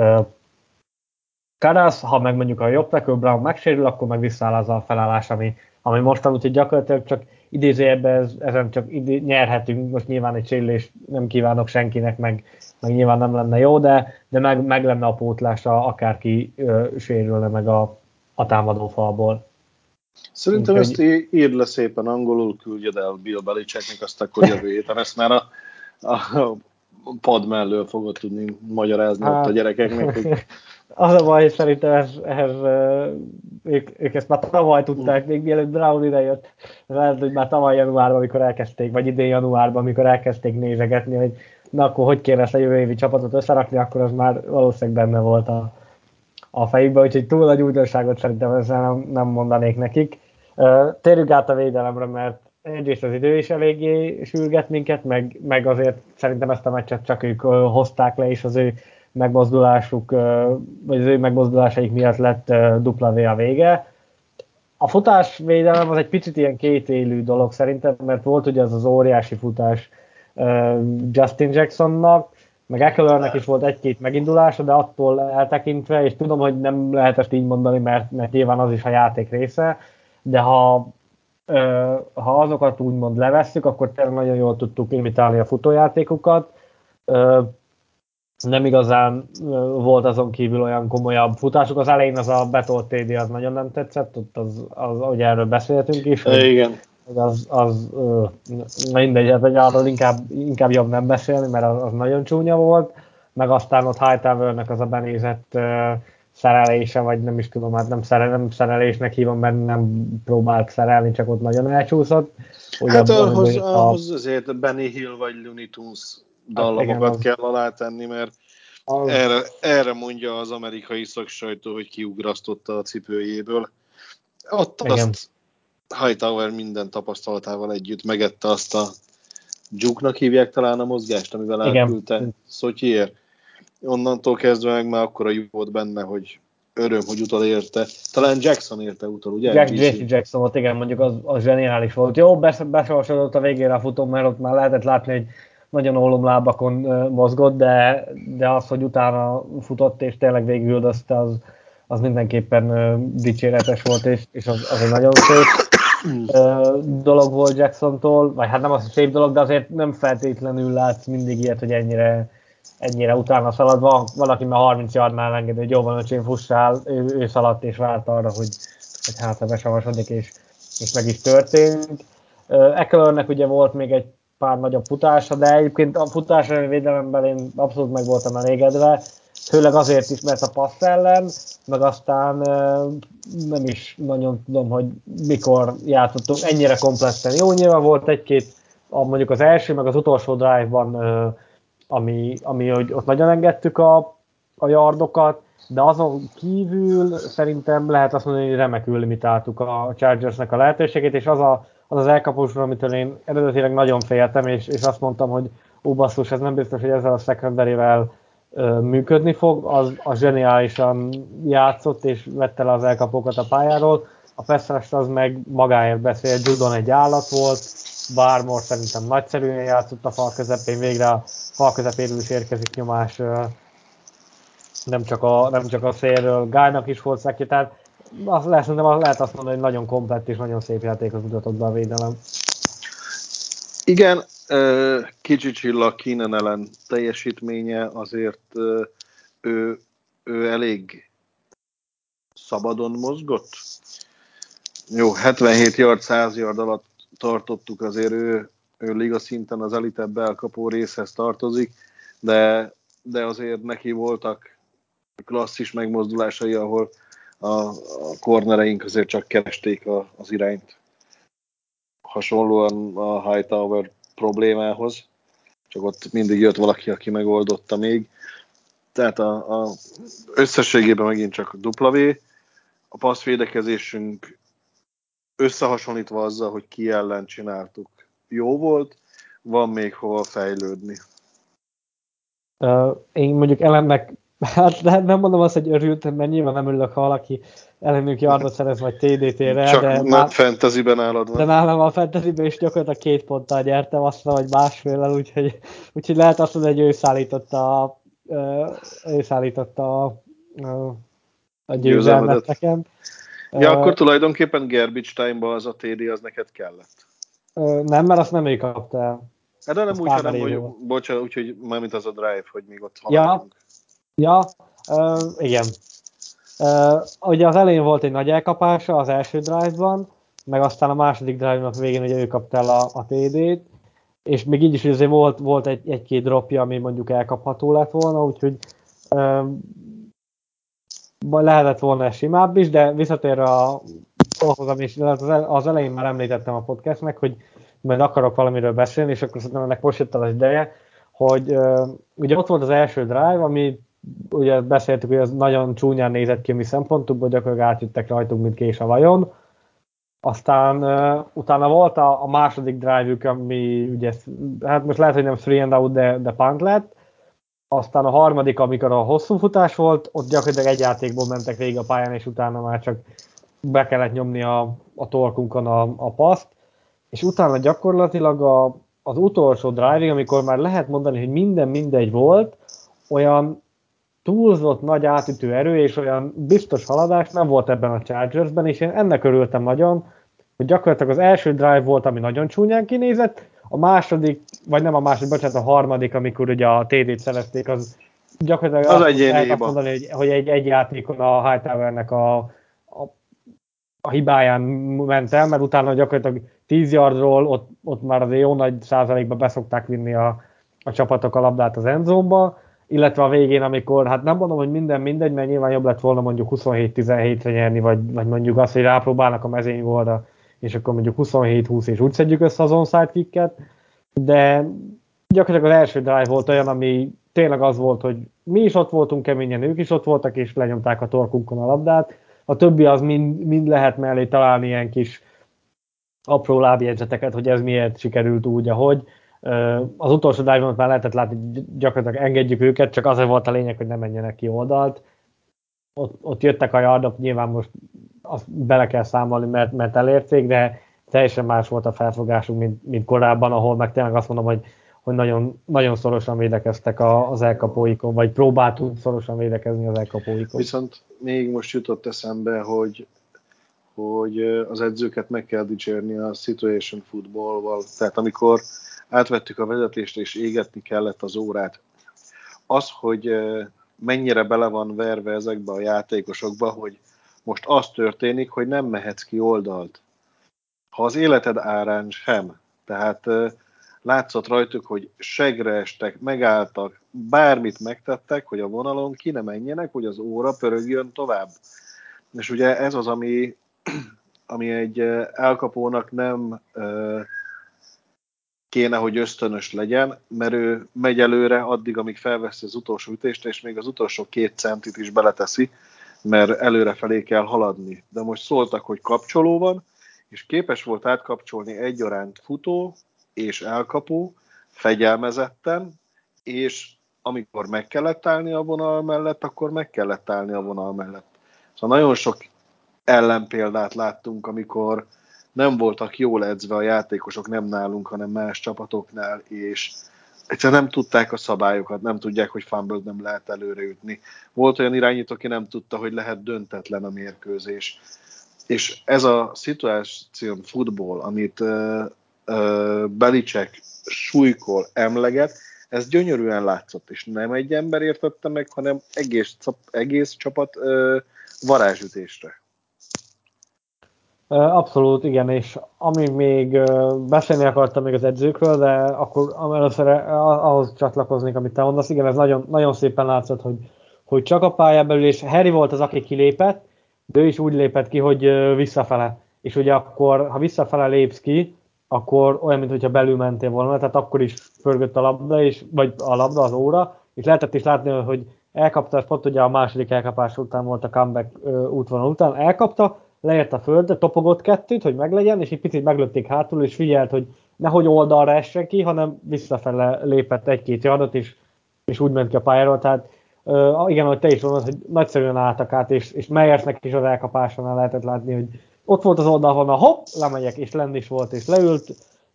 Karasz, ha meg mondjuk a jobb tackle Brown megsérül, akkor meg visszaáll az a felállás, ami mostan, úgyhogy gyakorlatilag csak idézőjelben ezen csak nyerhetünk, most nyilván egy sérülés nem kívánok senkinek, meg nyilván nem lenne jó, de meg lenne a pótlása, akárki sérülne meg a támadó falból. Szerintem ezt írd le szépen angolul, küldjed el Bill Belichicknek, azt akkor jövő héten ezt már a pad mellől fogod tudni magyarázni ott a gyerekeknek, hogy... Az a baj, szerintem ők ezt már tavaly tudták, még mielőtt Brown idejött. Lehet, hogy már tavaly januárban, amikor elkezdték, vagy idén januárban, amikor elkezdték nézegetni, hogy na akkor hogy kéne ezt a jövő évi csapatot összerakni, akkor az már valószínűleg benne volt a fejükben, úgyhogy túl nagy újdonságot szerintem ezzel nem mondanék nekik. Térjünk át a védelemre, mert egyrészt az idő is eléggé sürget minket, meg azért szerintem ezt a meccset csak ők hozták le, és az ő megmozdulásuk, vagy az ő megmozdulásaik miatt lett W a vége. A futásvédelem az egy picit ilyen kétélű dolog szerintem, mert volt ugye az óriási futás Justin Jacksonnak, meg Ecklernek is volt egy-két megindulása, de attól eltekintve, és tudom, hogy nem lehet ezt így mondani, mert nyilván az is a játék része, de ha azokat úgymond levesszük, akkor tényleg nagyon jól tudtuk imitálni a futójátékukat. Nem igazán volt azon kívül olyan komolyabb futásuk. Az elején az a betolt TD az nagyon nem tetszett, ott az ugye erről beszéltünk is, Igen. az mindegy, arról inkább jobb nem beszélni, mert az nagyon csúnya volt, meg aztán ott Hightowernek az a benézett szerelése, vagy nem is tudom, hát nem szerelésnek hívom, mert nem próbált szerelni, csak ott nagyon elcsúszott. Hát ahhoz azért Benny Hill vagy Looney Tunes dallamokat kell alátenni, mert erre mondja az amerikai szaksajtó, hogy kiugrasztotta a cipőjéből. Ott azt Hightower minden tapasztalatával együtt megette azt a Juke-nak hívják talán a mozgást, amivel elküldte Szotyiért. Onnantól kezdve meg már akkora jó volt benne, hogy öröm, hogy utolérte. Talán Jackson érte utol, ugye? J.C. Jackson volt, igen, mondjuk az zseniális volt. Jó, besorsolódott a végére a futó, mert ott már lehetett látni, hogy nagyon ólomlábakon mozgott, de az, hogy utána futott és tényleg végigüldözte, az mindenképpen dicséretes volt, és az egy nagyon szép dolog volt Jacksontól, vagy hát nem az a szép dolog, de azért nem feltétlenül látsz mindig ilyet, hogy ennyire utána szalad. Van aki már 30 yardnál engedő, hogy jó van, öcsém, fussál, ő szaladt és várt arra, hogy hátra besavasodik, és meg is történt. Ecklernek ugye volt még egy pár nagyobb futása, de egyébként a futás elleni védelemben én abszolút meg voltam elégedve, főleg azért is, mert a passz ellen, meg aztán nem is nagyon tudom, hogy mikor játszottunk ennyire kompletten. Jó, nyilván volt egy-két, mondjuk az első, meg az utolsó drive-ban, ami hogy ott nagyon engedtük a yardokat, de azon kívül szerintem lehet azt mondani, hogy remekül limitáltuk a Chargersnek a lehetőségét, és az elkapósról, amitől én eredetileg nagyon féltem, és azt mondtam, hogy basszus, ez nem biztos, hogy ezzel a secondary-vel működni fog, az zseniálisan játszott, és vette le az elkapókat a pályáról. A pass az meg magáért beszél, Judon egy állat volt, Barmore szerintem nagyszerűen játszott a fal közepén, végre a fal közepéről is érkezik nyomás, nem csak a szélről, Guynak is volt szekje, tehát szerintem lehet azt mondani, hogy nagyon komplett és nagyon szép játékot mutatott be a védelem. Igen, kicsi csillag Keenan ellen teljesítménye, azért ő elég szabadon mozgott. Jó, 77 yard, 100 yard alatt tartottuk, azért ő liga szinten az elitebb elkapó részhez tartozik, de azért neki voltak klasszis megmozdulásai, ahol a cornereink azért csak keresték az irányt. Hasonlóan a Hightower problémához, csak ott mindig jött valaki, aki megoldotta még. Tehát a összességében megint csak W. A passzvédekezésünk összehasonlítva azzal, hogy ki ellen csináltuk, jó volt, van még hova fejlődni. Én mondjuk ellennek, hát nem mondom azt, hogy örültem, mert nyilván nem örülök, ha valaki ellenünk yardot szerez, vagy TDT-re. Csak fantasyben állad van. De nálam a fantasyben is gyakorlatilag 2 ponttal nyertem, azt mondom, hogy másféllel, úgyhogy lehet azt mondani, hogy ő szállította a győzelmet nekem. Ja, akkor tulajdonképpen garbage time-ba az a TD az neked kellett. Nem, mert azt nem ő kapta el. De nem úgy, hanem, hogy bocsánat, úgyhogy mármint az a drive, hogy még ott haladunk. Igen. Ugye az elején volt egy nagy elkapása az első drive-ban, meg aztán a második drive-nak végén ugye ő kapta el a TD-t, és még így is azért volt egy-két dropja, ami mondjuk elkapható lett volna, úgyhogy lehetett volna simább is, de visszatérve a dolgozom, és az elején már említettem a podcastnek, hogy majd akarok valamiről beszélni, és akkor szerintem ennek most jött az ideje, hogy ugye ott volt az első drive, ami ugye beszéltük, hogy az nagyon csúnyán nézett ki a mi szempontunkból, gyakorlatilag átjöttek rajtunk, mint kés a vajon. Aztán utána volt a második drive-ük, ami ugye, hát most lehet, hogy nem 3 and out, de punt lett. Aztán a harmadik, amikor a hosszú futás volt, ott gyakorlatilag egy játékból mentek végig a pályán, és utána már csak be kellett nyomni a torkunkon a paszt. És utána gyakorlatilag az utolsó driving, amikor már lehet mondani, hogy minden mindegy volt, olyan túlzott nagy átütő erő, és olyan biztos haladás nem volt ebben a Chargersben, és én ennek örültem nagyon, hogy gyakorlatilag az első drive volt, ami nagyon csúnyán kinézett, a második, vagy nem a második, bocsánat, a harmadik, amikor ugye a TD-t szerezték, az gyakorlatilag az egyéni hiba. Mondani, hogy egy játékon a Hightowernek a hibáján ment el, mert utána gyakorlatilag 10 yardról, ott már azért jó nagy százalékban beszokták vinni a csapatok a labdát az endzónba, illetve a végén, amikor, hát nem mondom, hogy minden mindegy, mert nyilván jobb lett volna mondjuk 27-17-re nyerni, vagy mondjuk azt, hogy rápróbálnak a mezőnygólra, és akkor mondjuk 27-20, és úgy szedjük össze az onside kicket, de gyakorlatilag az első drive volt olyan, ami tényleg az volt, hogy mi is ott voltunk keményen, ők is ott voltak, és lenyomták a torkunkon a labdát. A többi az mind lehet mellé találni ilyen kis apró lábjegyzeteket, hogy ez miért sikerült úgy, ahogy. Az utolsó drive-on már lehetett látni, gyakorlatilag engedjük őket, csak azért volt a lényeg, hogy ne menjenek ki oldalt. Ott jöttek a yardok, nyilván most azt bele kell számolni, mert elérték, de teljesen más volt a felfogásunk, mint korábban, ahol meg tényleg azt mondom, hogy nagyon, nagyon szorosan védekeztek az elkapóikon, vagy próbáltunk szorosan védekezni az elkapóikon. Viszont még most jutott eszembe, hogy az edzőket meg kell dicsérni a situation footballval. Tehát amikor átvettük a vezetést és égetni kellett az órát, az, hogy mennyire bele van verve ezekbe a játékosokba, hogy most az történik, hogy nem mehetsz ki oldalt. Ha az életed árán sem. Tehát látszott rajtuk, hogy segre estek, megálltak, bármit megtettek, hogy a vonalon ki ne menjenek, hogy az óra pörögjön tovább. És ugye ez az, ami egy elkapónak nem kéne, hogy ösztönös legyen, mert ő megy előre addig, amíg felveszi az utolsó ütést, és még az utolsó 2 centit is beleteszi, mert előrefelé kell haladni. De most szóltak, hogy kapcsoló van, és képes volt átkapcsolni egyaránt futó és elkapó, fegyelmezetten, és amikor meg kellett állni a vonal mellett, akkor meg kellett állni a vonal mellett. Szóval nagyon sok ellenpéldát láttunk, amikor nem voltak jól edzve a játékosok, nem nálunk, hanem más csapatoknál, és egyszerűen nem tudták a szabályokat, nem tudják, hogy fumble-t nem lehet előreütni. Volt olyan irányító, aki nem tudta, hogy lehet döntetlen a mérkőzés. És ez a situation football, amit Belichick súlykol, emleget, ez gyönyörűen látszott, és nem egy ember értette meg, hanem egész csapat varázsütésre. Abszolút, igen, és ami még beszélni akartam még az edzőkről, de akkor először ahhoz csatlakoznék, amit te mondasz, igen, ez nagyon, nagyon szépen látszott, hogy csak a pályán belül, és Harry volt az, aki kilépett, de ő is úgy lépett ki, hogy visszafele. És ugye akkor, ha visszafele lépsz ki, akkor olyan, mintha belül mentél volna, tehát akkor is pörgött a labda, vagy a labda, az óra, és lehetett is látni, hogy elkapta, ezt pont ugye a második elkapás után volt a comeback útvonal után, elkapta, leért a földre, topogott 2, hogy meglegyen, és egy picit meglötték hátul, és figyelt, hogy nehogy oldalra essen ki, hanem visszafele lépett 1-2 yardot, és úgy ment ki a pályáról. Tehát igen, ahogy te is mondod, hogy nagyszerűen álltak át, és Meyersnek is az elkapásánál lehetett látni, hogy ott volt az oldalon, hopp, lemegyek, és lenn is volt, és leült,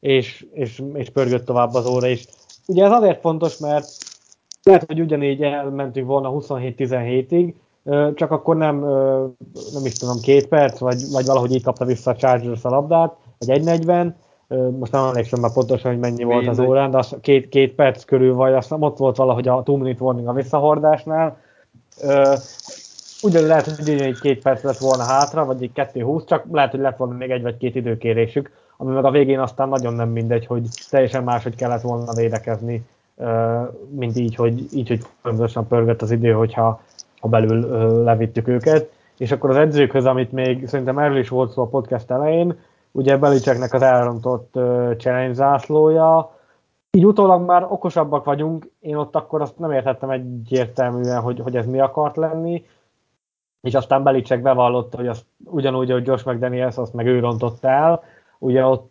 és pörgött tovább az óra is. Ugye ez azért fontos, mert lehet, hogy ugyanígy elmentünk volna 27-17-ig, csak akkor nem is tudom, 2 perc, vagy valahogy így kapta vissza a Chargers a labdát, vagy 1:40, most nem emlékszem már pontosan, hogy mennyi volt az órán, de az 2 perc körül, vagy azt nem, ott volt valahogy a 2-minute warning a visszahordásnál. Ugyanúgy lehet, hogy egy 2 perc lett volna hátra, vagy egy 2:20, csak lehet, hogy lett volna még 1 vagy 2 időkérésük, ami meg a végén aztán nagyon nem mindegy, hogy teljesen máshogy kellett volna védekezni, mint így, hogy folyamatosan pörgött az idő, hogyha belül levittük őket. És akkor az edzőkhöz, amit még szerintem erről is volt szó a podcast elején, ugye Belichicknek az elrontott challenge zászlója. Így utólag már okosabbak vagyunk, én ott akkor azt nem értettem egyértelműen, hogy ez mi akart lenni, és aztán Belichick bevallotta, hogy azt ugyanúgy, hogy Josh McDaniels, azt meg ő rontott el. Ugye ott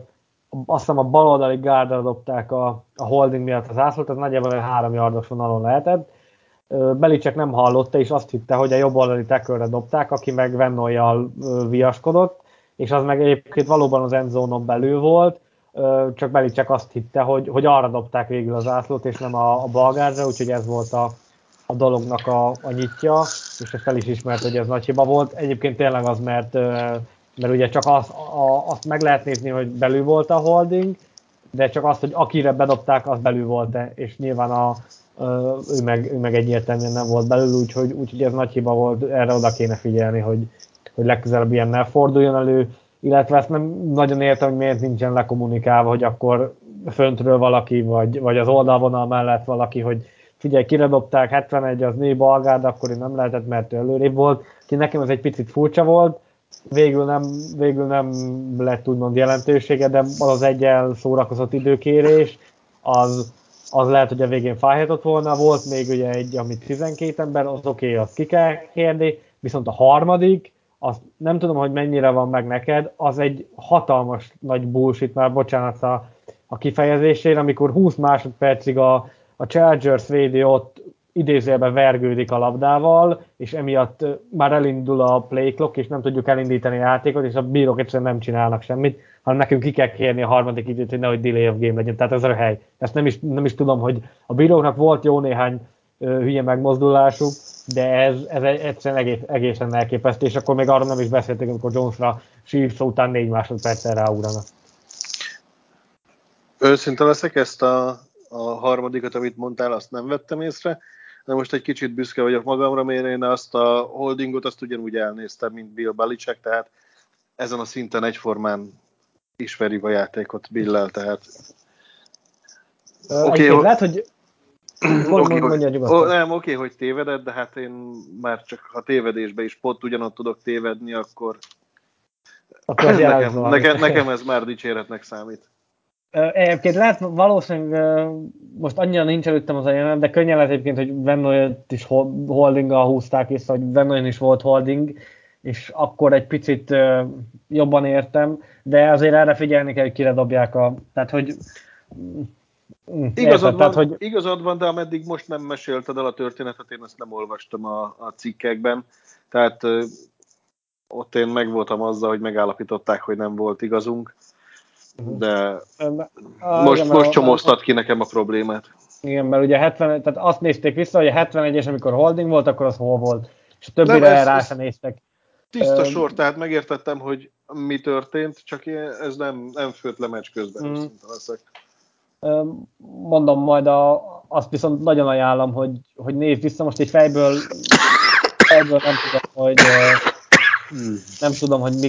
azt hiszem a baloldali gárdra dobták a holding miatt az zászlót, az nagyjából 3 yardos vonalon lehetett. Belichick nem hallotta, és azt hitte, hogy a jobb oldali tackle-re dobták, aki meg Vennoy-jal viaskodott, és az meg egyébként valóban az endzónon belül volt, csak Belichick azt hitte, hogy arra dobták végül az zászlót, és nem a balgárdra, úgyhogy ez volt a dolognak a nyitja, és ezt fel is ismert, hogy ez nagy hiba volt. Egyébként tényleg az, mert ugye csak azt meg lehet nézni, hogy belül volt a holding, de csak azt, hogy akire bedobták, az belül volt-e, és nyilván ő meg egyértelműen nem volt belül, úgyhogy ez nagy hiba volt, erre oda kéne figyelni, hogy legközelebb ilyennel forduljon elő. illetve ezt nem nagyon értem, hogy miért nincsen lekommunikálva, hogy akkor föntről valaki, vagy az oldalvonal mellett valaki, hogy figyelj, kiredobták, 71 az né Balgárd, akkor nem lehetett, mert előrébb volt. Nekem ez egy picit furcsa volt, végül nem lett úgymond jelentősége, de az egyen szórakozott időkérés, az lehet, hogy a végén fájhatott volna, volt még ugye egy, amit 12 ember, az oké, azt ki kell kérni, viszont a harmadik, azt nem tudom, hogy mennyire van meg neked, az egy hatalmas nagy bullshit, már bocsánat a kifejezésére, amikor 20 másodpercig a Chargers védő ott idézőjelben vergődik a labdával, és emiatt már elindul a play clock, és nem tudjuk elindítani a játékot, és a bírók egyszerűen nem csinálnak semmit, hanem nekünk ki kell kérni a harmadik időt, hogy nehogy delay of game legyen. Tehát ez a hely. Ezt nem is tudom, hogy a bíróknak volt jó néhány hülye megmozdulásuk, de ez egyszerűen egészen elképesztő, és akkor még arra nem is beszéltünk, amikor Jonesra sírszó után 4 másodperccel ráugranak. Őszinte leszek, ezt a harmadikat, amit mondtál, azt nem vettem észre, de most egy kicsit büszke vagyok magamra, mert én azt a holdingot azt ugyanúgy elnéztem, mint Bill Belichick, tehát ezen a szinten egyformán ismeri a játékot Bill-lel, tehát... Lehet, hogy... Oké, hogy tévedett, de hát én már csak ha tévedésbe is pont ugyanott tudok tévedni, akkor nekem ez már dicséretnek számít. Egyébként lehet valószínűleg, most annyira nincs előttem az a jelenet, de könnyen lehet egyébként, hogy Vennoyt is holdinggal húzták vissza, hogy Vennoyn is volt holding, és akkor egy picit jobban értem, de azért erre figyelni kell, hogy kire dobják tehát hogy... Igazad van, de ameddig most nem mesélted el a történetet, én ezt nem olvastam a cikkekben, tehát ott én megvoltam azzal, hogy megállapították, hogy nem volt igazunk, de most csomóztat ki nekem a problémát. Igen, mert ugye 70, tehát azt nézték vissza, hogy a 71-es, amikor holding volt, akkor az hol volt, és a többire rá sem néztek. Tiszta sor, tehát megértettem, hogy mi történt, csak ez nem főtt le meccs közben, őszinte leszek. Mondom majd, azt viszont nagyon ajánlom, hogy nézd vissza, most egy fejből nem tudom, hogy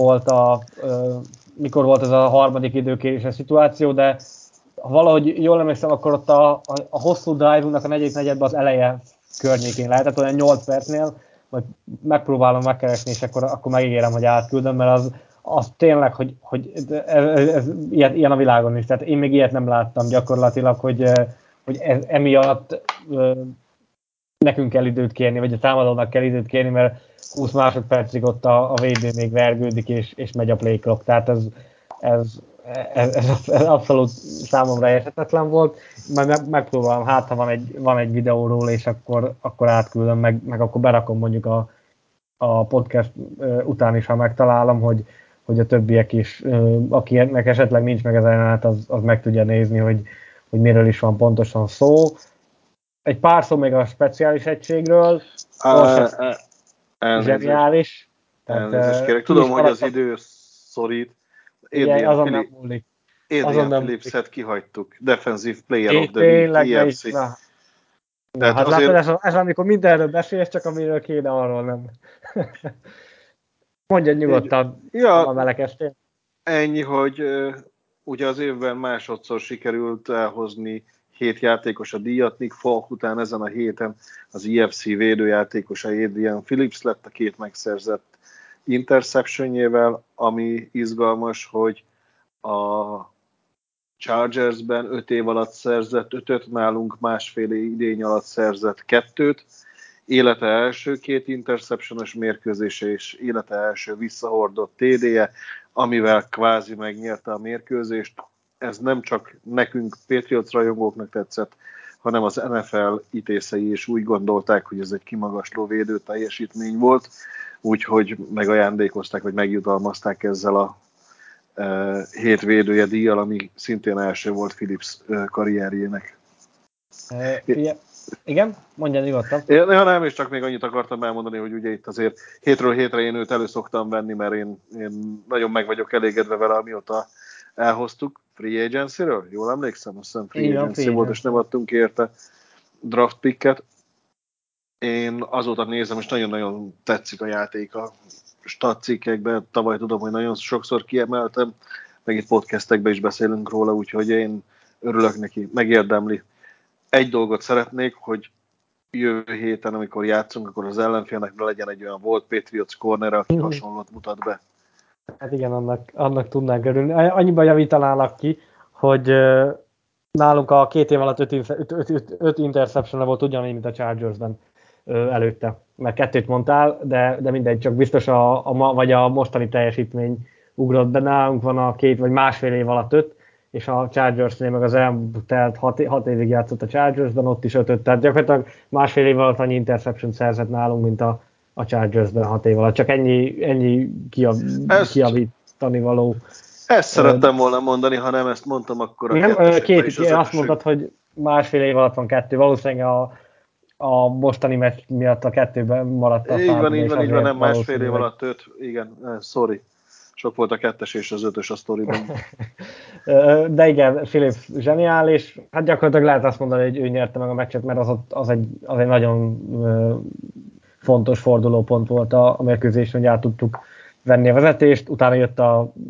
mikor volt ez a harmadik időkéréses szituáció, de ha valahogy jól emlékszem, akkor ott a hosszú drive-unknak a negyedik negyedben az eleje környékén lehetett, olyan 8 percnél, majd megpróbálom megkeresni, és akkor megígérem, hogy átküldöm, mert az tényleg, hogy ez ilyen a világon is. Tehát én még ilyet nem láttam gyakorlatilag, hogy emiatt nekünk kell időt kérni, vagy a támadónak kell időt kérni, mert 20 másodpercig ott a védő még vergődik, és megy a play clock. Tehát ez abszolút számomra érthetetlen volt. Majd megpróbálom, hát ha van egy videóról, és akkor átküldöm, meg akkor berakom mondjuk a podcast után is, ha megtalálom, hogy a többiek is, akinek esetleg nincs meg ez a jelenet, az meg tudja nézni, hogy miről is van pontosan szó. Egy pár szó még a speciális egységről. Zseniális. Elnézést kérek. Tudom, hogy az idő szorít. Adrian Phillipset kihagytuk. Defensive Player of the Week, EFC. Hát azért... ez amikor mindenről beszélsz, csak amiről kéne, arról nem. Mondja nyugodtan, a melekestél. Ennyi, hogy ugye az évben másodszor sikerült elhozni 7 játékos a díjat, Nick Folk után ezen a héten az EFC védőjátékosa Adrian Phillips lett a 2 megszerzett interceptionjével, ami izgalmas, hogy a Chargersben 5 év alatt szerzett 5-öt, nálunk másfél idény alatt szerzett 2-t, élete első 2 interceptionos mérkőzése és élete első visszahordott TD-je, amivel kvázi megnyerte a mérkőzést. Ez nem csak nekünk, Patriots rajongóknak tetszett, hanem az NFL ítészei is úgy gondolták, hogy ez egy kimagasló védő teljesítmény volt, úgyhogy megajándékozták, vagy megjutalmazták ezzel a 7 védője díjjal, ami szintén első volt Phillips karrierjének. Igen? Mondja nyugodtan. Nem, és csak még annyit akartam elmondani, hogy ugye itt azért hétről hétre én őt elő szoktam venni, mert én nagyon meg vagyok elégedve vele, amióta elhoztuk Free Agency-ről. Jól emlékszem? Azt hiszem Free Agency volt, és nem adtunk érte draft picket. Én azóta nézem, és nagyon-nagyon tetszik a játéka. statcikkekben, tavaly tudom, hogy nagyon sokszor kiemeltem, meg itt podcastekben is beszélünk róla, úgyhogy én örülök neki, megérdemli. Egy dolgot szeretnék, hogy jövő héten, amikor játszunk, akkor az ellenfélnek legyen egy olyan volt Patriots corner, aki hasonlót mutat be. Hát igen, annak tudnánk örülni. Annyiban javítanának ki, hogy nálunk a 2 év alatt 5 interception volt ugyanúgy, mint a Chargersben előtte. Mert 2 mondtál, de mindegy, csak biztos vagy a mostani teljesítmény ugrott be. Nálunk van a 2 vagy másfél év alatt 5, és a Chargersnél meg az elmúlt 6 évig játszott a Chargersben, ott is 5, tehát gyakorlatilag másfél év alatt annyi interception szerzett nálunk, mint a Chargersben 6 év alatt. Csak ennyi kijavítani való. Ezt szerettem volna mondani, ha nem ezt mondtam, akkor nem, azt mondtad, hogy másfél év alatt van 2, valószínűleg a mostani meccs miatt a 2-ben maradt a így van, nem másfél év alatt 5, igen, sorry. Sok volt a 2-es és az 5-ös a sztoriban. De igen, Phillips zseniális. Hát gyakorlatilag lehet azt mondani, hogy ő nyerte meg a meccset, mert az egy nagyon fontos fordulópont volt a mérkőzésen, hogy át tudtuk venni a vezetést. Utána jött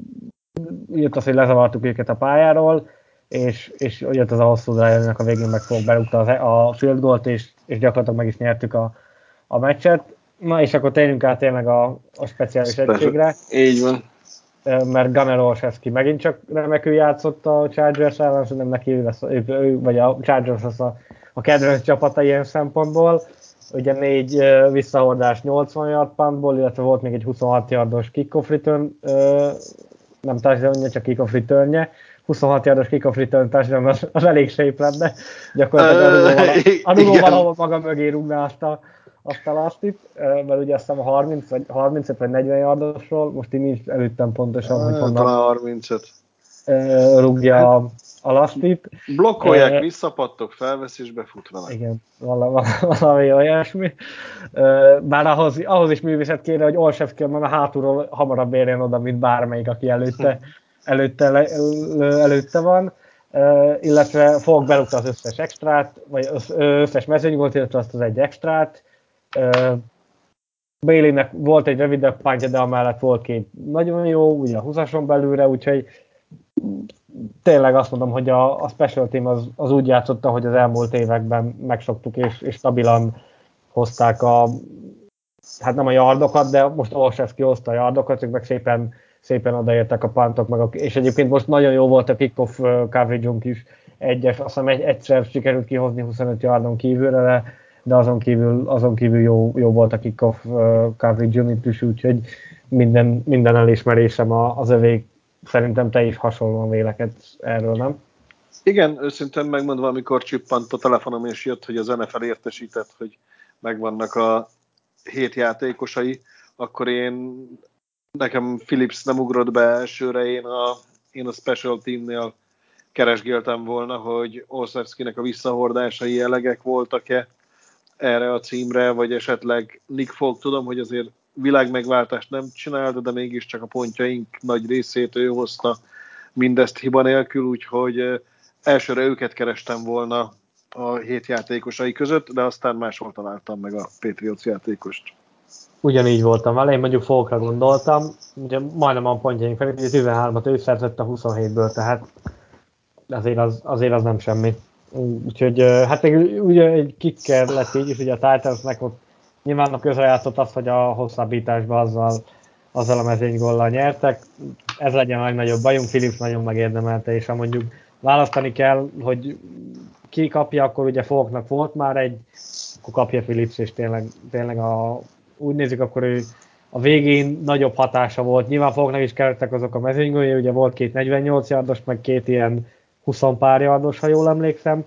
az, hogy lezavartuk őket a pályáról, és jött az a hosszú drive-nek a végén meg berúgta a field goalt, és gyakorlatilag meg is nyertük a meccset. Na és akkor térjünk át tényleg a speciális egységre. Így van. Mert Gunnar Olszewski megint csak remekül játszott a Chargers ellen, szerintem neki ő vagy a Chargers az a kedvenc csapata ilyen szempontból. Ugye 4 visszahordás 80 yard puntból, illetve volt még egy 26 yardos kickoff return, nem touchdownja, csak kickoff returnje. 26 yardos kickoff return touchdown az elég szép lenne. Gyakorlatilag a rugó valahol maga mögé rúgná azt a lastit, mert ugye azt hiszem a 35 vagy 40 yardosról, most így nincs előttem pontosan, hogy honnan talán 35 rúgja a lastit. Blokkolják, visszapattok, felvesz és befut vele. Igen, valami olyasmi. Bár ahhoz is művészet kéne, hogy Olszewski a hátulról hamarabb érjen oda, mint bármelyik, aki előtte van. Illetve Fogg berúgta az összes extrát, vagy az összes mezőnygolt, illetve azt az egy extrát. Baileynek volt egy rövidebb puntja, de amellett volt 2 nagyon jó, ugye a 20-ason belülre, úgyhogy tényleg azt mondom, hogy a special team az úgy játszotta, hogy az elmúlt években megszoktuk, és stabilan hozták hát nem a yardokat, de most Olszewski hozta a yardokat, ők meg szépen odaértek a puntok, és egyébként most nagyon jó volt a kickoff coverage-unk is, azt hiszem egyszer sikerült kihozni 25 yardon kívülre, de azon kívül jó volt a kickoff coverage unit is, úgyhogy minden elismerésem az övék. Szerintem te is hasonlóan vélekedsz erről, nem? Igen, őszintén megmondva, amikor csippant a telefonom és jött, hogy az NFL értesített, hogy megvannak a 7 játékosai, akkor nekem Phillips nem ugrott be elsőre, én a special teamnél keresgéltem volna, hogy Olszewskinek a visszahordásai elegek voltak-e erre a címre, vagy esetleg Nick Folk, tudom, hogy azért világmegváltást nem csinálta, de mégiscsak a pontjaink nagy részét ő hozta mindezt hiba nélkül, úgyhogy elsőre őket kerestem volna a 7 játékosai között, de aztán máshol találtam meg a Patriots játékost. Ugyanígy voltam vele, én mondjuk Folkra gondoltam, ugye majdnem a pontjaink felé, ugye 13-at ő szerzett a 27-ből, tehát azért az nem semmi. Úgyhogy hát ugye egy kicker lett így is, ugye a Titansnek ott nyilván közrejátszott az, hogy a hosszabbításban azzal a mezőnygóllal nyertek. Ez legyen a legnagyobb bajunk, Phillips nagyon megérdemelte, és ha mondjuk választani kell, hogy ki kapja, akkor ugye Folknak volt már akkor kapja Phillips, és tényleg úgy nézzük, akkor ő a végén nagyobb hatása volt. Nyilván Folknak is kellettek azok a mezőnygólja, ugye volt 2 48 yardos, meg 2 ilyen 20 pár yardos, ha jól emlékszem.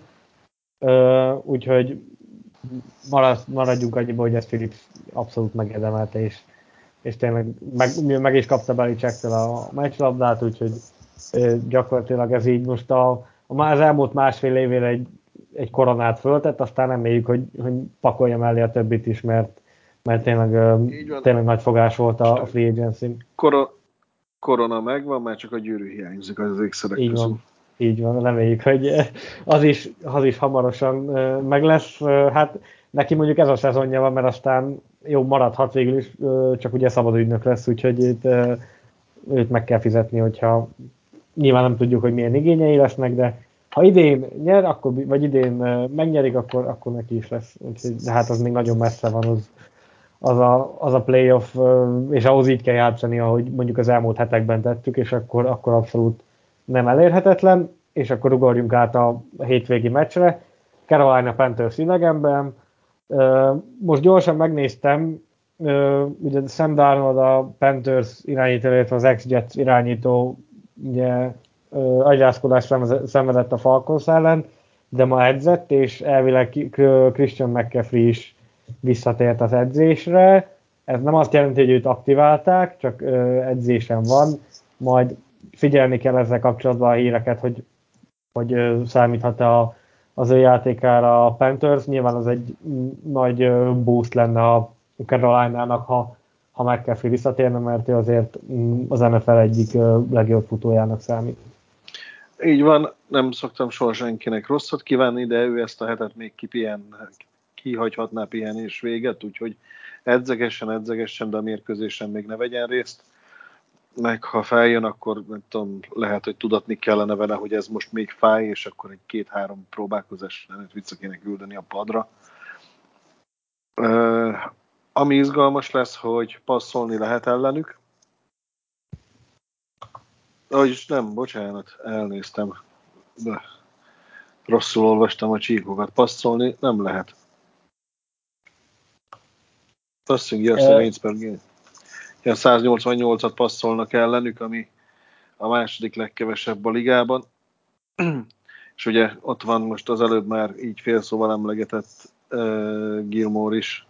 Úgyhogy maradjunk annyiba, hogy ezt Phillips abszolút megérdemelte, és tényleg meg is kapta Belichicktől a meccslabdát, úgyhogy gyakorlatilag ez így most az elmúlt másfél évére egy koronát föltett, aztán reméljük, hogy pakolja mellé a többit is, mert tényleg nagy fogás volt a free agency. Korona megvan, már csak a gyűrű hiányzik az ékszerek közül. Így van, reméljük, hogy az is hamarosan meg lesz. Hát neki mondjuk ez a szezonja van, mert aztán jó, maradhat végül is, csak ugye szabad ügynök lesz, úgyhogy őt meg kell fizetni, hogyha nyilván nem tudjuk, hogy milyen igényei lesznek, de ha idén nyer, akkor, vagy idén megnyerik, akkor neki is lesz. Úgyhogy, de hát az még nagyon messze van az a playoff, és ahhoz így kell játszani, ahogy mondjuk az elmúlt hetekben tettük, és akkor abszolút nem elérhetetlen, és akkor ugorjunk át a hétvégi meccsre. Carolina Panthers idegenben. Most gyorsan megnéztem, ugye Sam Darnold a Panthers irányító, illetve az ex-Jets irányító ugye agyrázkodást szenvedett a Falcons ellen, de ma edzett, és elvileg Christian McCaffrey is visszatért az edzésre. Ez nem azt jelenti, hogy őt aktiválták, csak edzésen van, majd figyelni kell ezzel kapcsolatban a híreket, hogy számíthat az ő játékára a Panthers. Nyilván az egy nagy boost lenne a Carolina-nak, ha McCaffrey visszatérne, mert ő azért az NFL egyik legjobb futójának számít. Így van, nem szoktam soha senkinek rosszat kívánni, de ő ezt a hetet még kihagyhatná pihenés véget, úgyhogy edzegessen, de a mérkőzésen még ne vegyen részt. Meg ha feljön, akkor nem tudom, lehet, hogy tudatni kellene vele, hogy ez most még fáj, és akkor egy 2-3 próbálkozás előtt vissza kéne küldeni a padra. Ami izgalmas lesz, hogy passzolni lehet ellenük. Bocsánat, elnéztem. De rosszul olvastam a csíkokat. Passzolni nem lehet. Passing yards per game. 188-at passzolnak ellenük, ami a második legkevesebb a ligában. És ugye ott van most az előbb már így félszóval emlegetett Gilmore is.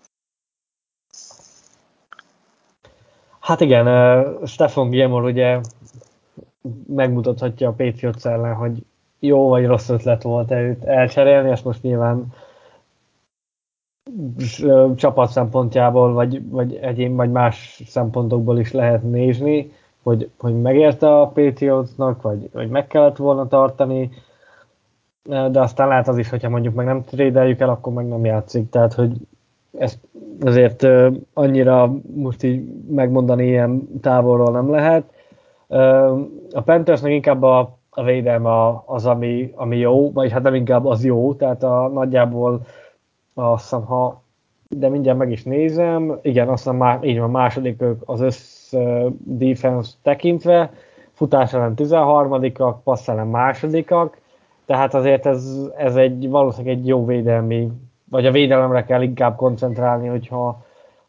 Hát igen, Stephon Gilmore ugye megmutathatja a Patriots ellen, hogy jó vagy rossz ötlet volt-e őt elcserélni, ezt most nyilván csapat szempontjából, vagy egyén, vagy más szempontokból is lehet nézni, hogy megérte a Patriotsnak, vagy meg kellett volna tartani, de aztán lehet az is, hogyha mondjuk meg nem trédeljük el, akkor meg nem játszik, tehát hogy ezt azért annyira most így megmondani ilyen távolról nem lehet. A Panthersnek inkább a védelme az, ami jó, vagy hát nem inkább az jó, tehát nagyjából azt hiszem, de mindjárt meg is nézem, igen, azt hiszem így van, második az defense tekintve, futás ellen 13-ak, passz ellen másodikak, tehát azért ez valószínűleg egy jó védelmi, vagy a védelemre kell inkább koncentrálni, hogyha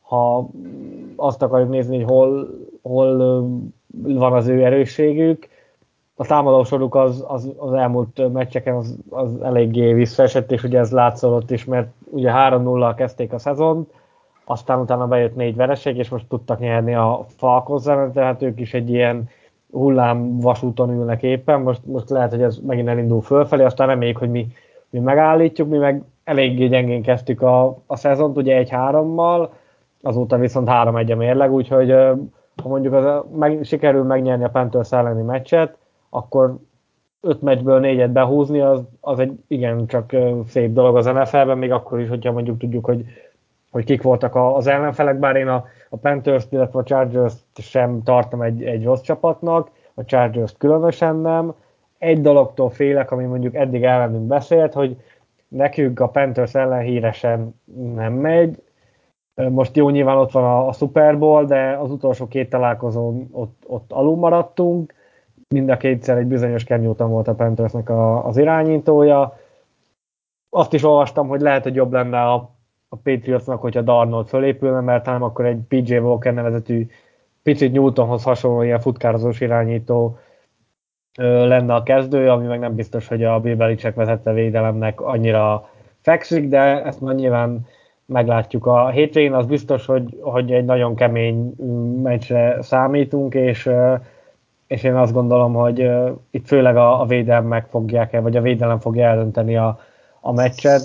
azt akarjuk nézni, hogy hol van az ő erősségük. A támadósoruk az elmúlt meccseken az eléggé visszaesett, és ugye ez látszott is, mert ugye 3-0-al kezdték a szezont, aztán utána bejött 4 vereség, és most tudtak nyerni a Falcons ellen, tehát ők is egy ilyen hullámvasúton ülnek éppen, most lehet, hogy ez megint elindul fölfelé, aztán reméljük, hogy mi megállítjuk, mi meg eléggé gyengén kezdtük a szezont, ugye 1-3-mal, azóta viszont 3-1 a mérleg, úgyhogy ha mondjuk sikerül megnyerni a Panthers elleni meccset, akkor 5 meccsből 4-et behúzni, az egy igencsak szép dolog az NFL-ben, még akkor is, hogyha mondjuk tudjuk, hogy kik voltak az ellenfelek, bár én a Panthers-t, illetve a Chargers-t sem tartom egy rossz csapatnak, a Chargers-t különösen nem. Egy dologtól félek, ami mondjuk eddig ellenünk beszélt, hogy nekünk a Panthers ellen híresen nem megy. Most jó, nyilván ott van a Super Bowl, de az utolsó 2 találkozón ott alul maradtunk. Mind a kétszer egy bizonyos Cam Newton volt a Panthersnek az irányítója. Azt is olvastam, hogy lehet, hogy jobb lenne a Patriotsnak, hogyha Darnold fölépülne, mert talán akkor egy PJ Walker nevezetű picit Newtonhoz hasonló ilyen futkározós irányító lenne a kezdő, ami meg nem biztos, hogy a Bill Belichick vezette védelemnek annyira fekszik, de ezt már nyilván meglátjuk a hétvégén. Az biztos, hogy egy nagyon kemény meccsre számítunk, és én azt gondolom, hogy itt főleg a védelmek fogják vagy a védelem fogja eldönteni a meccset,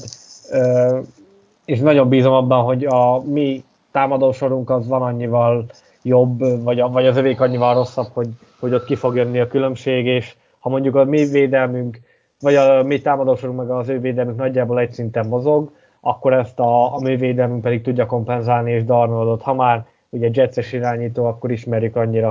és nagyon bízom abban, hogy a mi támadósorunk az van annyival jobb, vagy az övék annyival rosszabb, hogy ott ki fog jönni a különbség, és ha mondjuk a mi védelmünk, vagy a mi támadósorunk meg az ő védelmünk nagyjából egy szinten mozog, akkor ezt a művédelmünk pedig tudja kompenzálni, és Darnoldot, ha már ugye Jetses irányító, akkor ismerjük annyira,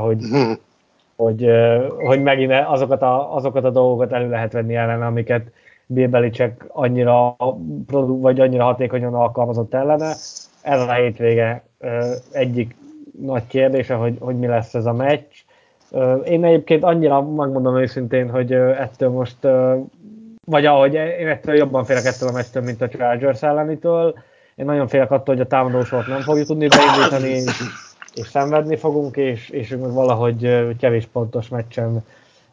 hogy megint azokat a dolgokat elő lehet venni ellen, amiket Bill Belichick annyira hatékonyan alkalmazott ellene. Ez a hétvége egyik nagy kérdése, hogy mi lesz ez a meccs. Én egyébként annyira megmondom őszintén, hogy ettől most, vagy ahogy én ettől jobban félek ettől a meccstől, mint a Chargers ellenitől. Én nagyon félek attól, hogy a támadósort nem fogjuk tudni beindítani, és szenvedni fogunk, és valahogy kevés pontos meccsen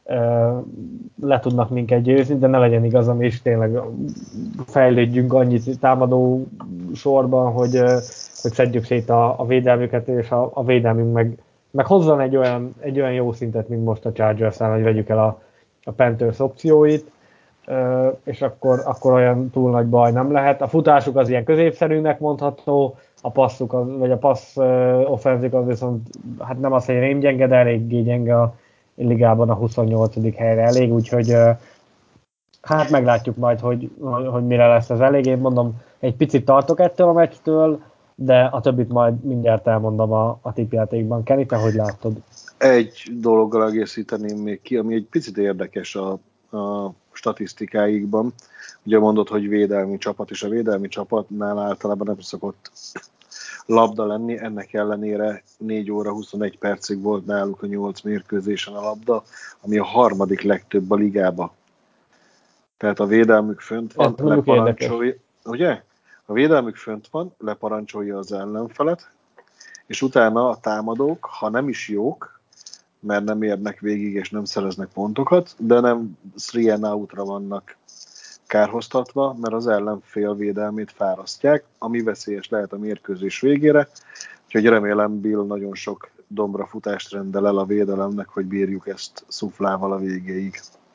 le tudnak minket győzni, de ne legyen igazam, és tényleg fejlődjünk annyit támadó sorban, hogy szedjük szét a védelmüket, és a védelmünk meg hozzon egy olyan jó szintet, mint most a Chargers-nál, hogy vegyük el a Panthers opcióit, és akkor olyan túl nagy baj nem lehet. A futásuk az ilyen középszerűnek mondható, a passzuk, vagy a passz offenzik az viszont, hát nem az, hogy rémgyenge, de eléggé gyenge a ligában a 28. helyre elég, úgyhogy hát meglátjuk majd, hogy mire lesz ez elég. Én mondom, egy picit tartok ettől a meccstől, de a többit majd mindjárt elmondom a tippjátékban. Kenny, te hogy látod? Egy dologgal egészíteném még ki, ami egy picit érdekes a statisztikáikban. Ugye mondod, hogy védelmi csapat, és a védelmi csapatnál általában nem szokott labda lenni, ennek ellenére 4 óra 21 percig volt náluk a 8 mérkőzésen a labda, ami a harmadik legtöbb a ligába. Tehát a védelmük fönt van, leparancsolja, ugye? A védelmük fönt van, leparancsolja az ellenfelet, és utána a támadók, ha nem is jók, mert nem érnek végig és nem szereznek pontokat, de nem 3 and out-ra vannak kárhoztatva, mert az ellenfél védelmét fárasztják, ami veszélyes lehet a mérkőzés végére, úgyhogy remélem Bill nagyon sok dombra futást rendel el a védelemnek, hogy bírjuk ezt szuflával a végéig.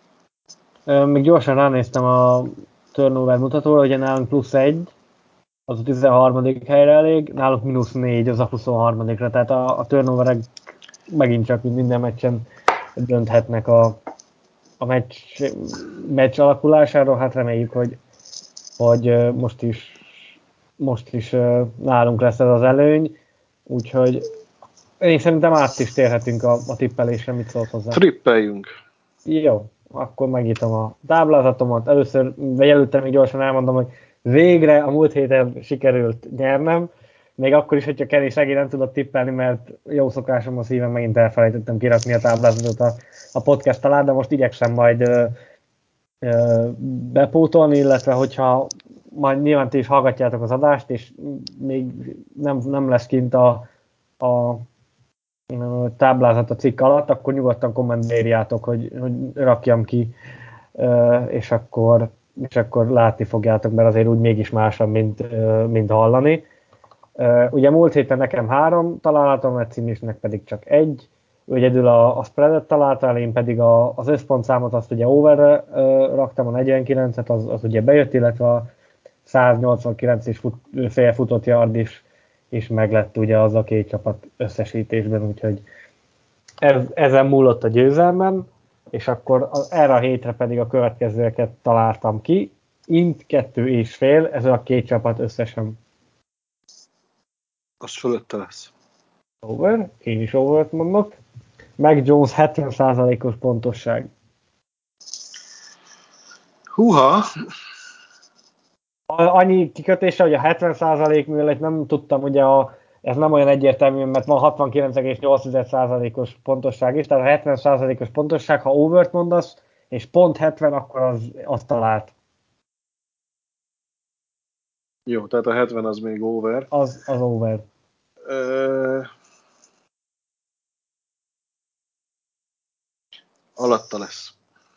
Még gyorsan ránéztem a turnover mutatóra, ugye nálunk +1, az a 13. helyre elég, náluk -4, az a 23-ra, tehát a turnoverek megint csak minden meccsen dönthetnek a meccs alakulásáról. Hát reméljük, hogy most is nálunk lesz ez az előny, úgyhogy én szerintem át is térhetünk a tippelésre, mit szólt hozzá. Trippeljünk! Jó, akkor megnyitom a táblázatomat. Előtte még gyorsan elmondom, hogy végre a múlt héten sikerült nyernem, még akkor is, hogyha Kenny segít nem tudott tippelni, mert jó szokásom a szívem, megint elfelejtettem kirakni a táblázatot a podcast alá, de most igyekszem majd bepótolni, illetve hogyha majd nyilván ti is hallgatjátok az adást, és még nem lesz kint a táblázat a cikk alatt, akkor nyugodtan kommentáljátok, hogy rakjam ki, és akkor látni fogjátok, mert azért úgy mégis másabb, mint hallani. Ugye múlt héten nekem 3 találatom, egy címisnek pedig csak 1, ő egyedül a spreadet találtál, én pedig az összpontszámot azt ugye overre raktam, a 49-et, az ugye bejött, illetve a 189 és fél futott yard is meglett ugye az a 2 csapat összesítésben, úgyhogy ezen múlott a győzelmem, és akkor erre a hétre pedig a következőeket találtam ki, int 2,5, ez a 2 csapat összesen. Az fölötte lesz. Over, én is overt mondok. Mac Jones 70%-os pontosság. Húha! Annyi kikötése, hogy a 70% mellett nem tudtam, ugye ez nem olyan egyértelmű, mert van 69,8%-os pontosság is, tehát a 70%-os pontosság, ha overt mondasz, és pont 70, akkor az talált. Jó, tehát a 70 az még over. Az over. Alatta lesz.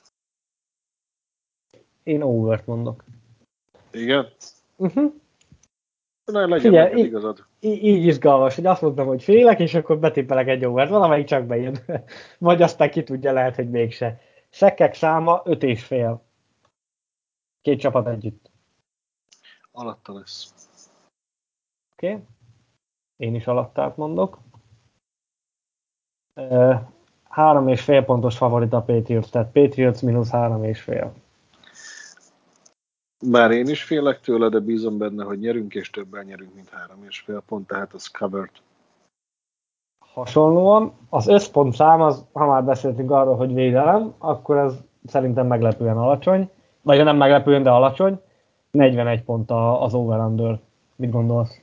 Én overt mondok. Igen? Uh-huh. Na, legyen Figyelj, neked igazad. Így izgalmas, hogy azt mondtam, hogy félek, és akkor betippelek egy overt. Valamelyik csak bejön. Vagy aztán ki tudja, lehet, hogy mégse. Szekkek száma 5,5. 2 csapat együtt. Alatta lesz. Oké. Okay. Én is alattát mondok. 3,5 pontos favorit a Patriots, tehát Patriots -3,5. Bár én is félek tőle, de bízom benne, hogy nyerünk, és többen nyerünk, mint 3,5 pont, tehát az covered. Hasonlóan az összpontszám, az, ha már beszéltünk arról, hogy védelem, akkor ez szerintem meglepően alacsony, vagy nem meglepően, de alacsony. 41 pont az over-under. Mit gondolsz?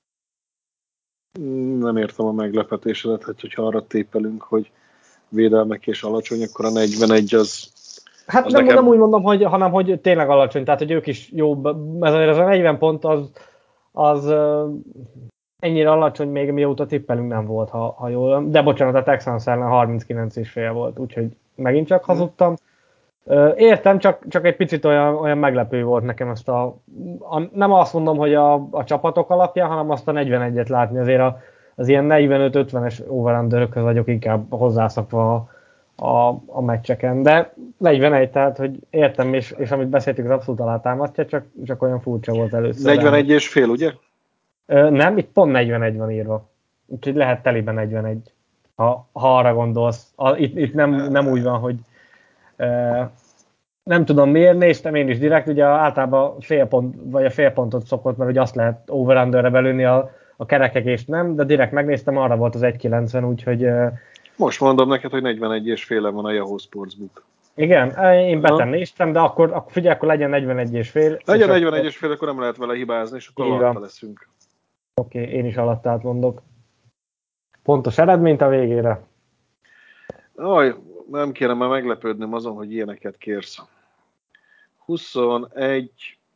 Nem értem a meglepetésedet, hogyha arra tépelünk, hogy védelmek és alacsony, akkor a 41 az... Hát az nem úgy mondom, hanem hogy tényleg alacsony, tehát hogy ők is jobb. Ez a 40 pont az ennyire alacsony még mióta tippelünk nem volt, ha jól. De bocsánat, a Texans ellen 39,5 volt, úgyhogy megint csak hazudtam. Értem, csak egy picit olyan meglepő volt nekem ezt nem azt mondom, hogy a csapatok alapján, hanem azt a 41-et látni. Azért az ilyen 45-50-es over-underökhöz vagyok inkább hozzászokva a meccseken. De 41, tehát hogy értem, és amit beszéltük, az abszolút alátámasztja, csak olyan furcsa volt először. 41 és fél, ugye? Nem, itt pont 41 van írva. Úgyhogy lehet teliben 41, ha arra gondolsz. Itt nem úgy van, hogy nem tudom miért néztem én is direkt, ugye általában a fél pontot szokott, mert ugye azt lehet over-underre belülni a kerekegést nem, de direkt megnéztem, arra volt az 1,90, úgyhogy... Most mondom neked, hogy 41 és féle van a Yahoo Sportsbook. Igen, én beten néztem, de akkor figyelj, akkor legyen 41 és fél. Legyen 41 és fél, akkor nem lehet vele hibázni, és akkor alatta leszünk. Oké, én is alattát mondok. Pontos eredményt a végére? Nem kéne már meglepődnöm azon, hogy ilyeneket kérsz. 21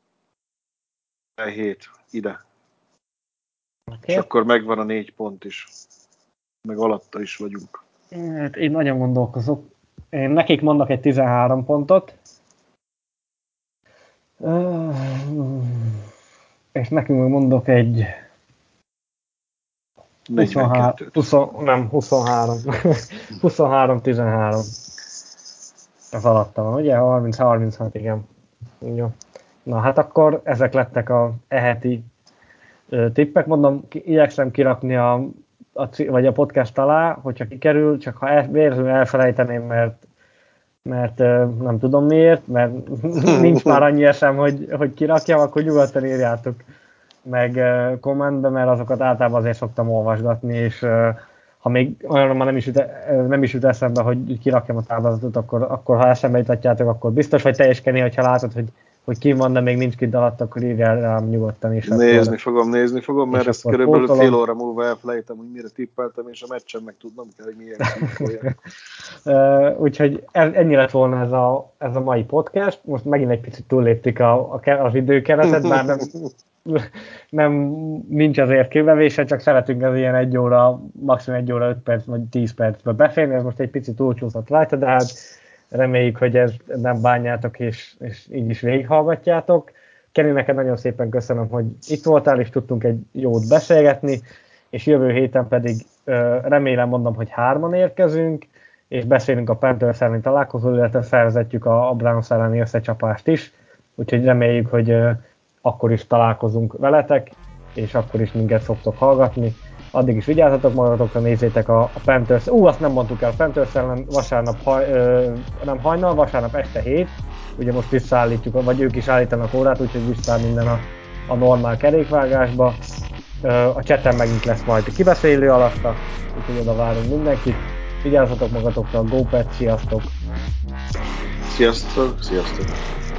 7 ide. Okay. És akkor megvan a 4 pont is. Meg alatta is vagyunk. Hát én nagyon gondolkozok. Én nekik mondok egy 13 pontot. És nekünk mondok egy 23. 23-13. Az alatta van, ugye? 30-36, igen. Jó. Na hát akkor ezek lettek a heti tippek. Mondom, igyekszem kirakni vagy a podcast alá, hogyha kikerül, csak ha véletlenül elfelejteném, mert nem tudom miért, mert nincs már annyi eszem, hogy kirakjam, akkor nyugodtan írjátok meg kommentbe, mert azokat általában azért szoktam olvasgatni, és ha még olyan már nem is jut eszembe, hogy kirakjam a táblázatot, akkor ha eszembe jutatjátok, akkor biztos vagy teljeskedni, hogyha látod, hogy ki van, de még nincs kint alatt, akkor írjál rám nyugodtan is. Nézni fogom, mert ezt körülbelül fél óra múlva elfelejtem, hogy mire tippeltem, és a meccsen meg tudnom kell, hogy milyen tippolják. Úgyhogy ennyi lett volna ez a mai podcast. Most megint egy picit túlléptük az időkeretet, bár nincs azért kőbevése, csak szeretünk az ilyen 1 óra, maximum 1 óra 5 perc, vagy 10 percbe beférni, ez most egy picit túlcsúszott rajta, de hát reméljük, hogy ezt nem bánjátok, és így is végighallgatjátok. Kenny, neked nagyon szépen köszönöm, hogy itt voltál, és tudtunk egy jót beszélgetni, és jövő héten pedig remélem mondom, hogy 3-an érkezünk, és beszélünk a Panthers elleni találkozóról, illetve felvezetjük a Browns elleni összecsapást is, úgyhogy reméljük, hogy akkor is találkozunk veletek, és akkor is minket szoktok hallgatni. Addig is vigyázzatok magatokra, nézzétek a Panthers. Azt nem mondtuk el, a Panthers ellen vasárnap, nem hajnal, vasárnap este 7. Ugye most visszaállítjuk, vagy ők is állítanak órát, úgyhogy visszaáll minden a normál kerékvágásba. A chaten megint lesz majd kibeszélő alatta, úgyhogy oda várunk mindenkit. Vigyázzatok magatokra, go Pets, sziasztok! Sziasztok!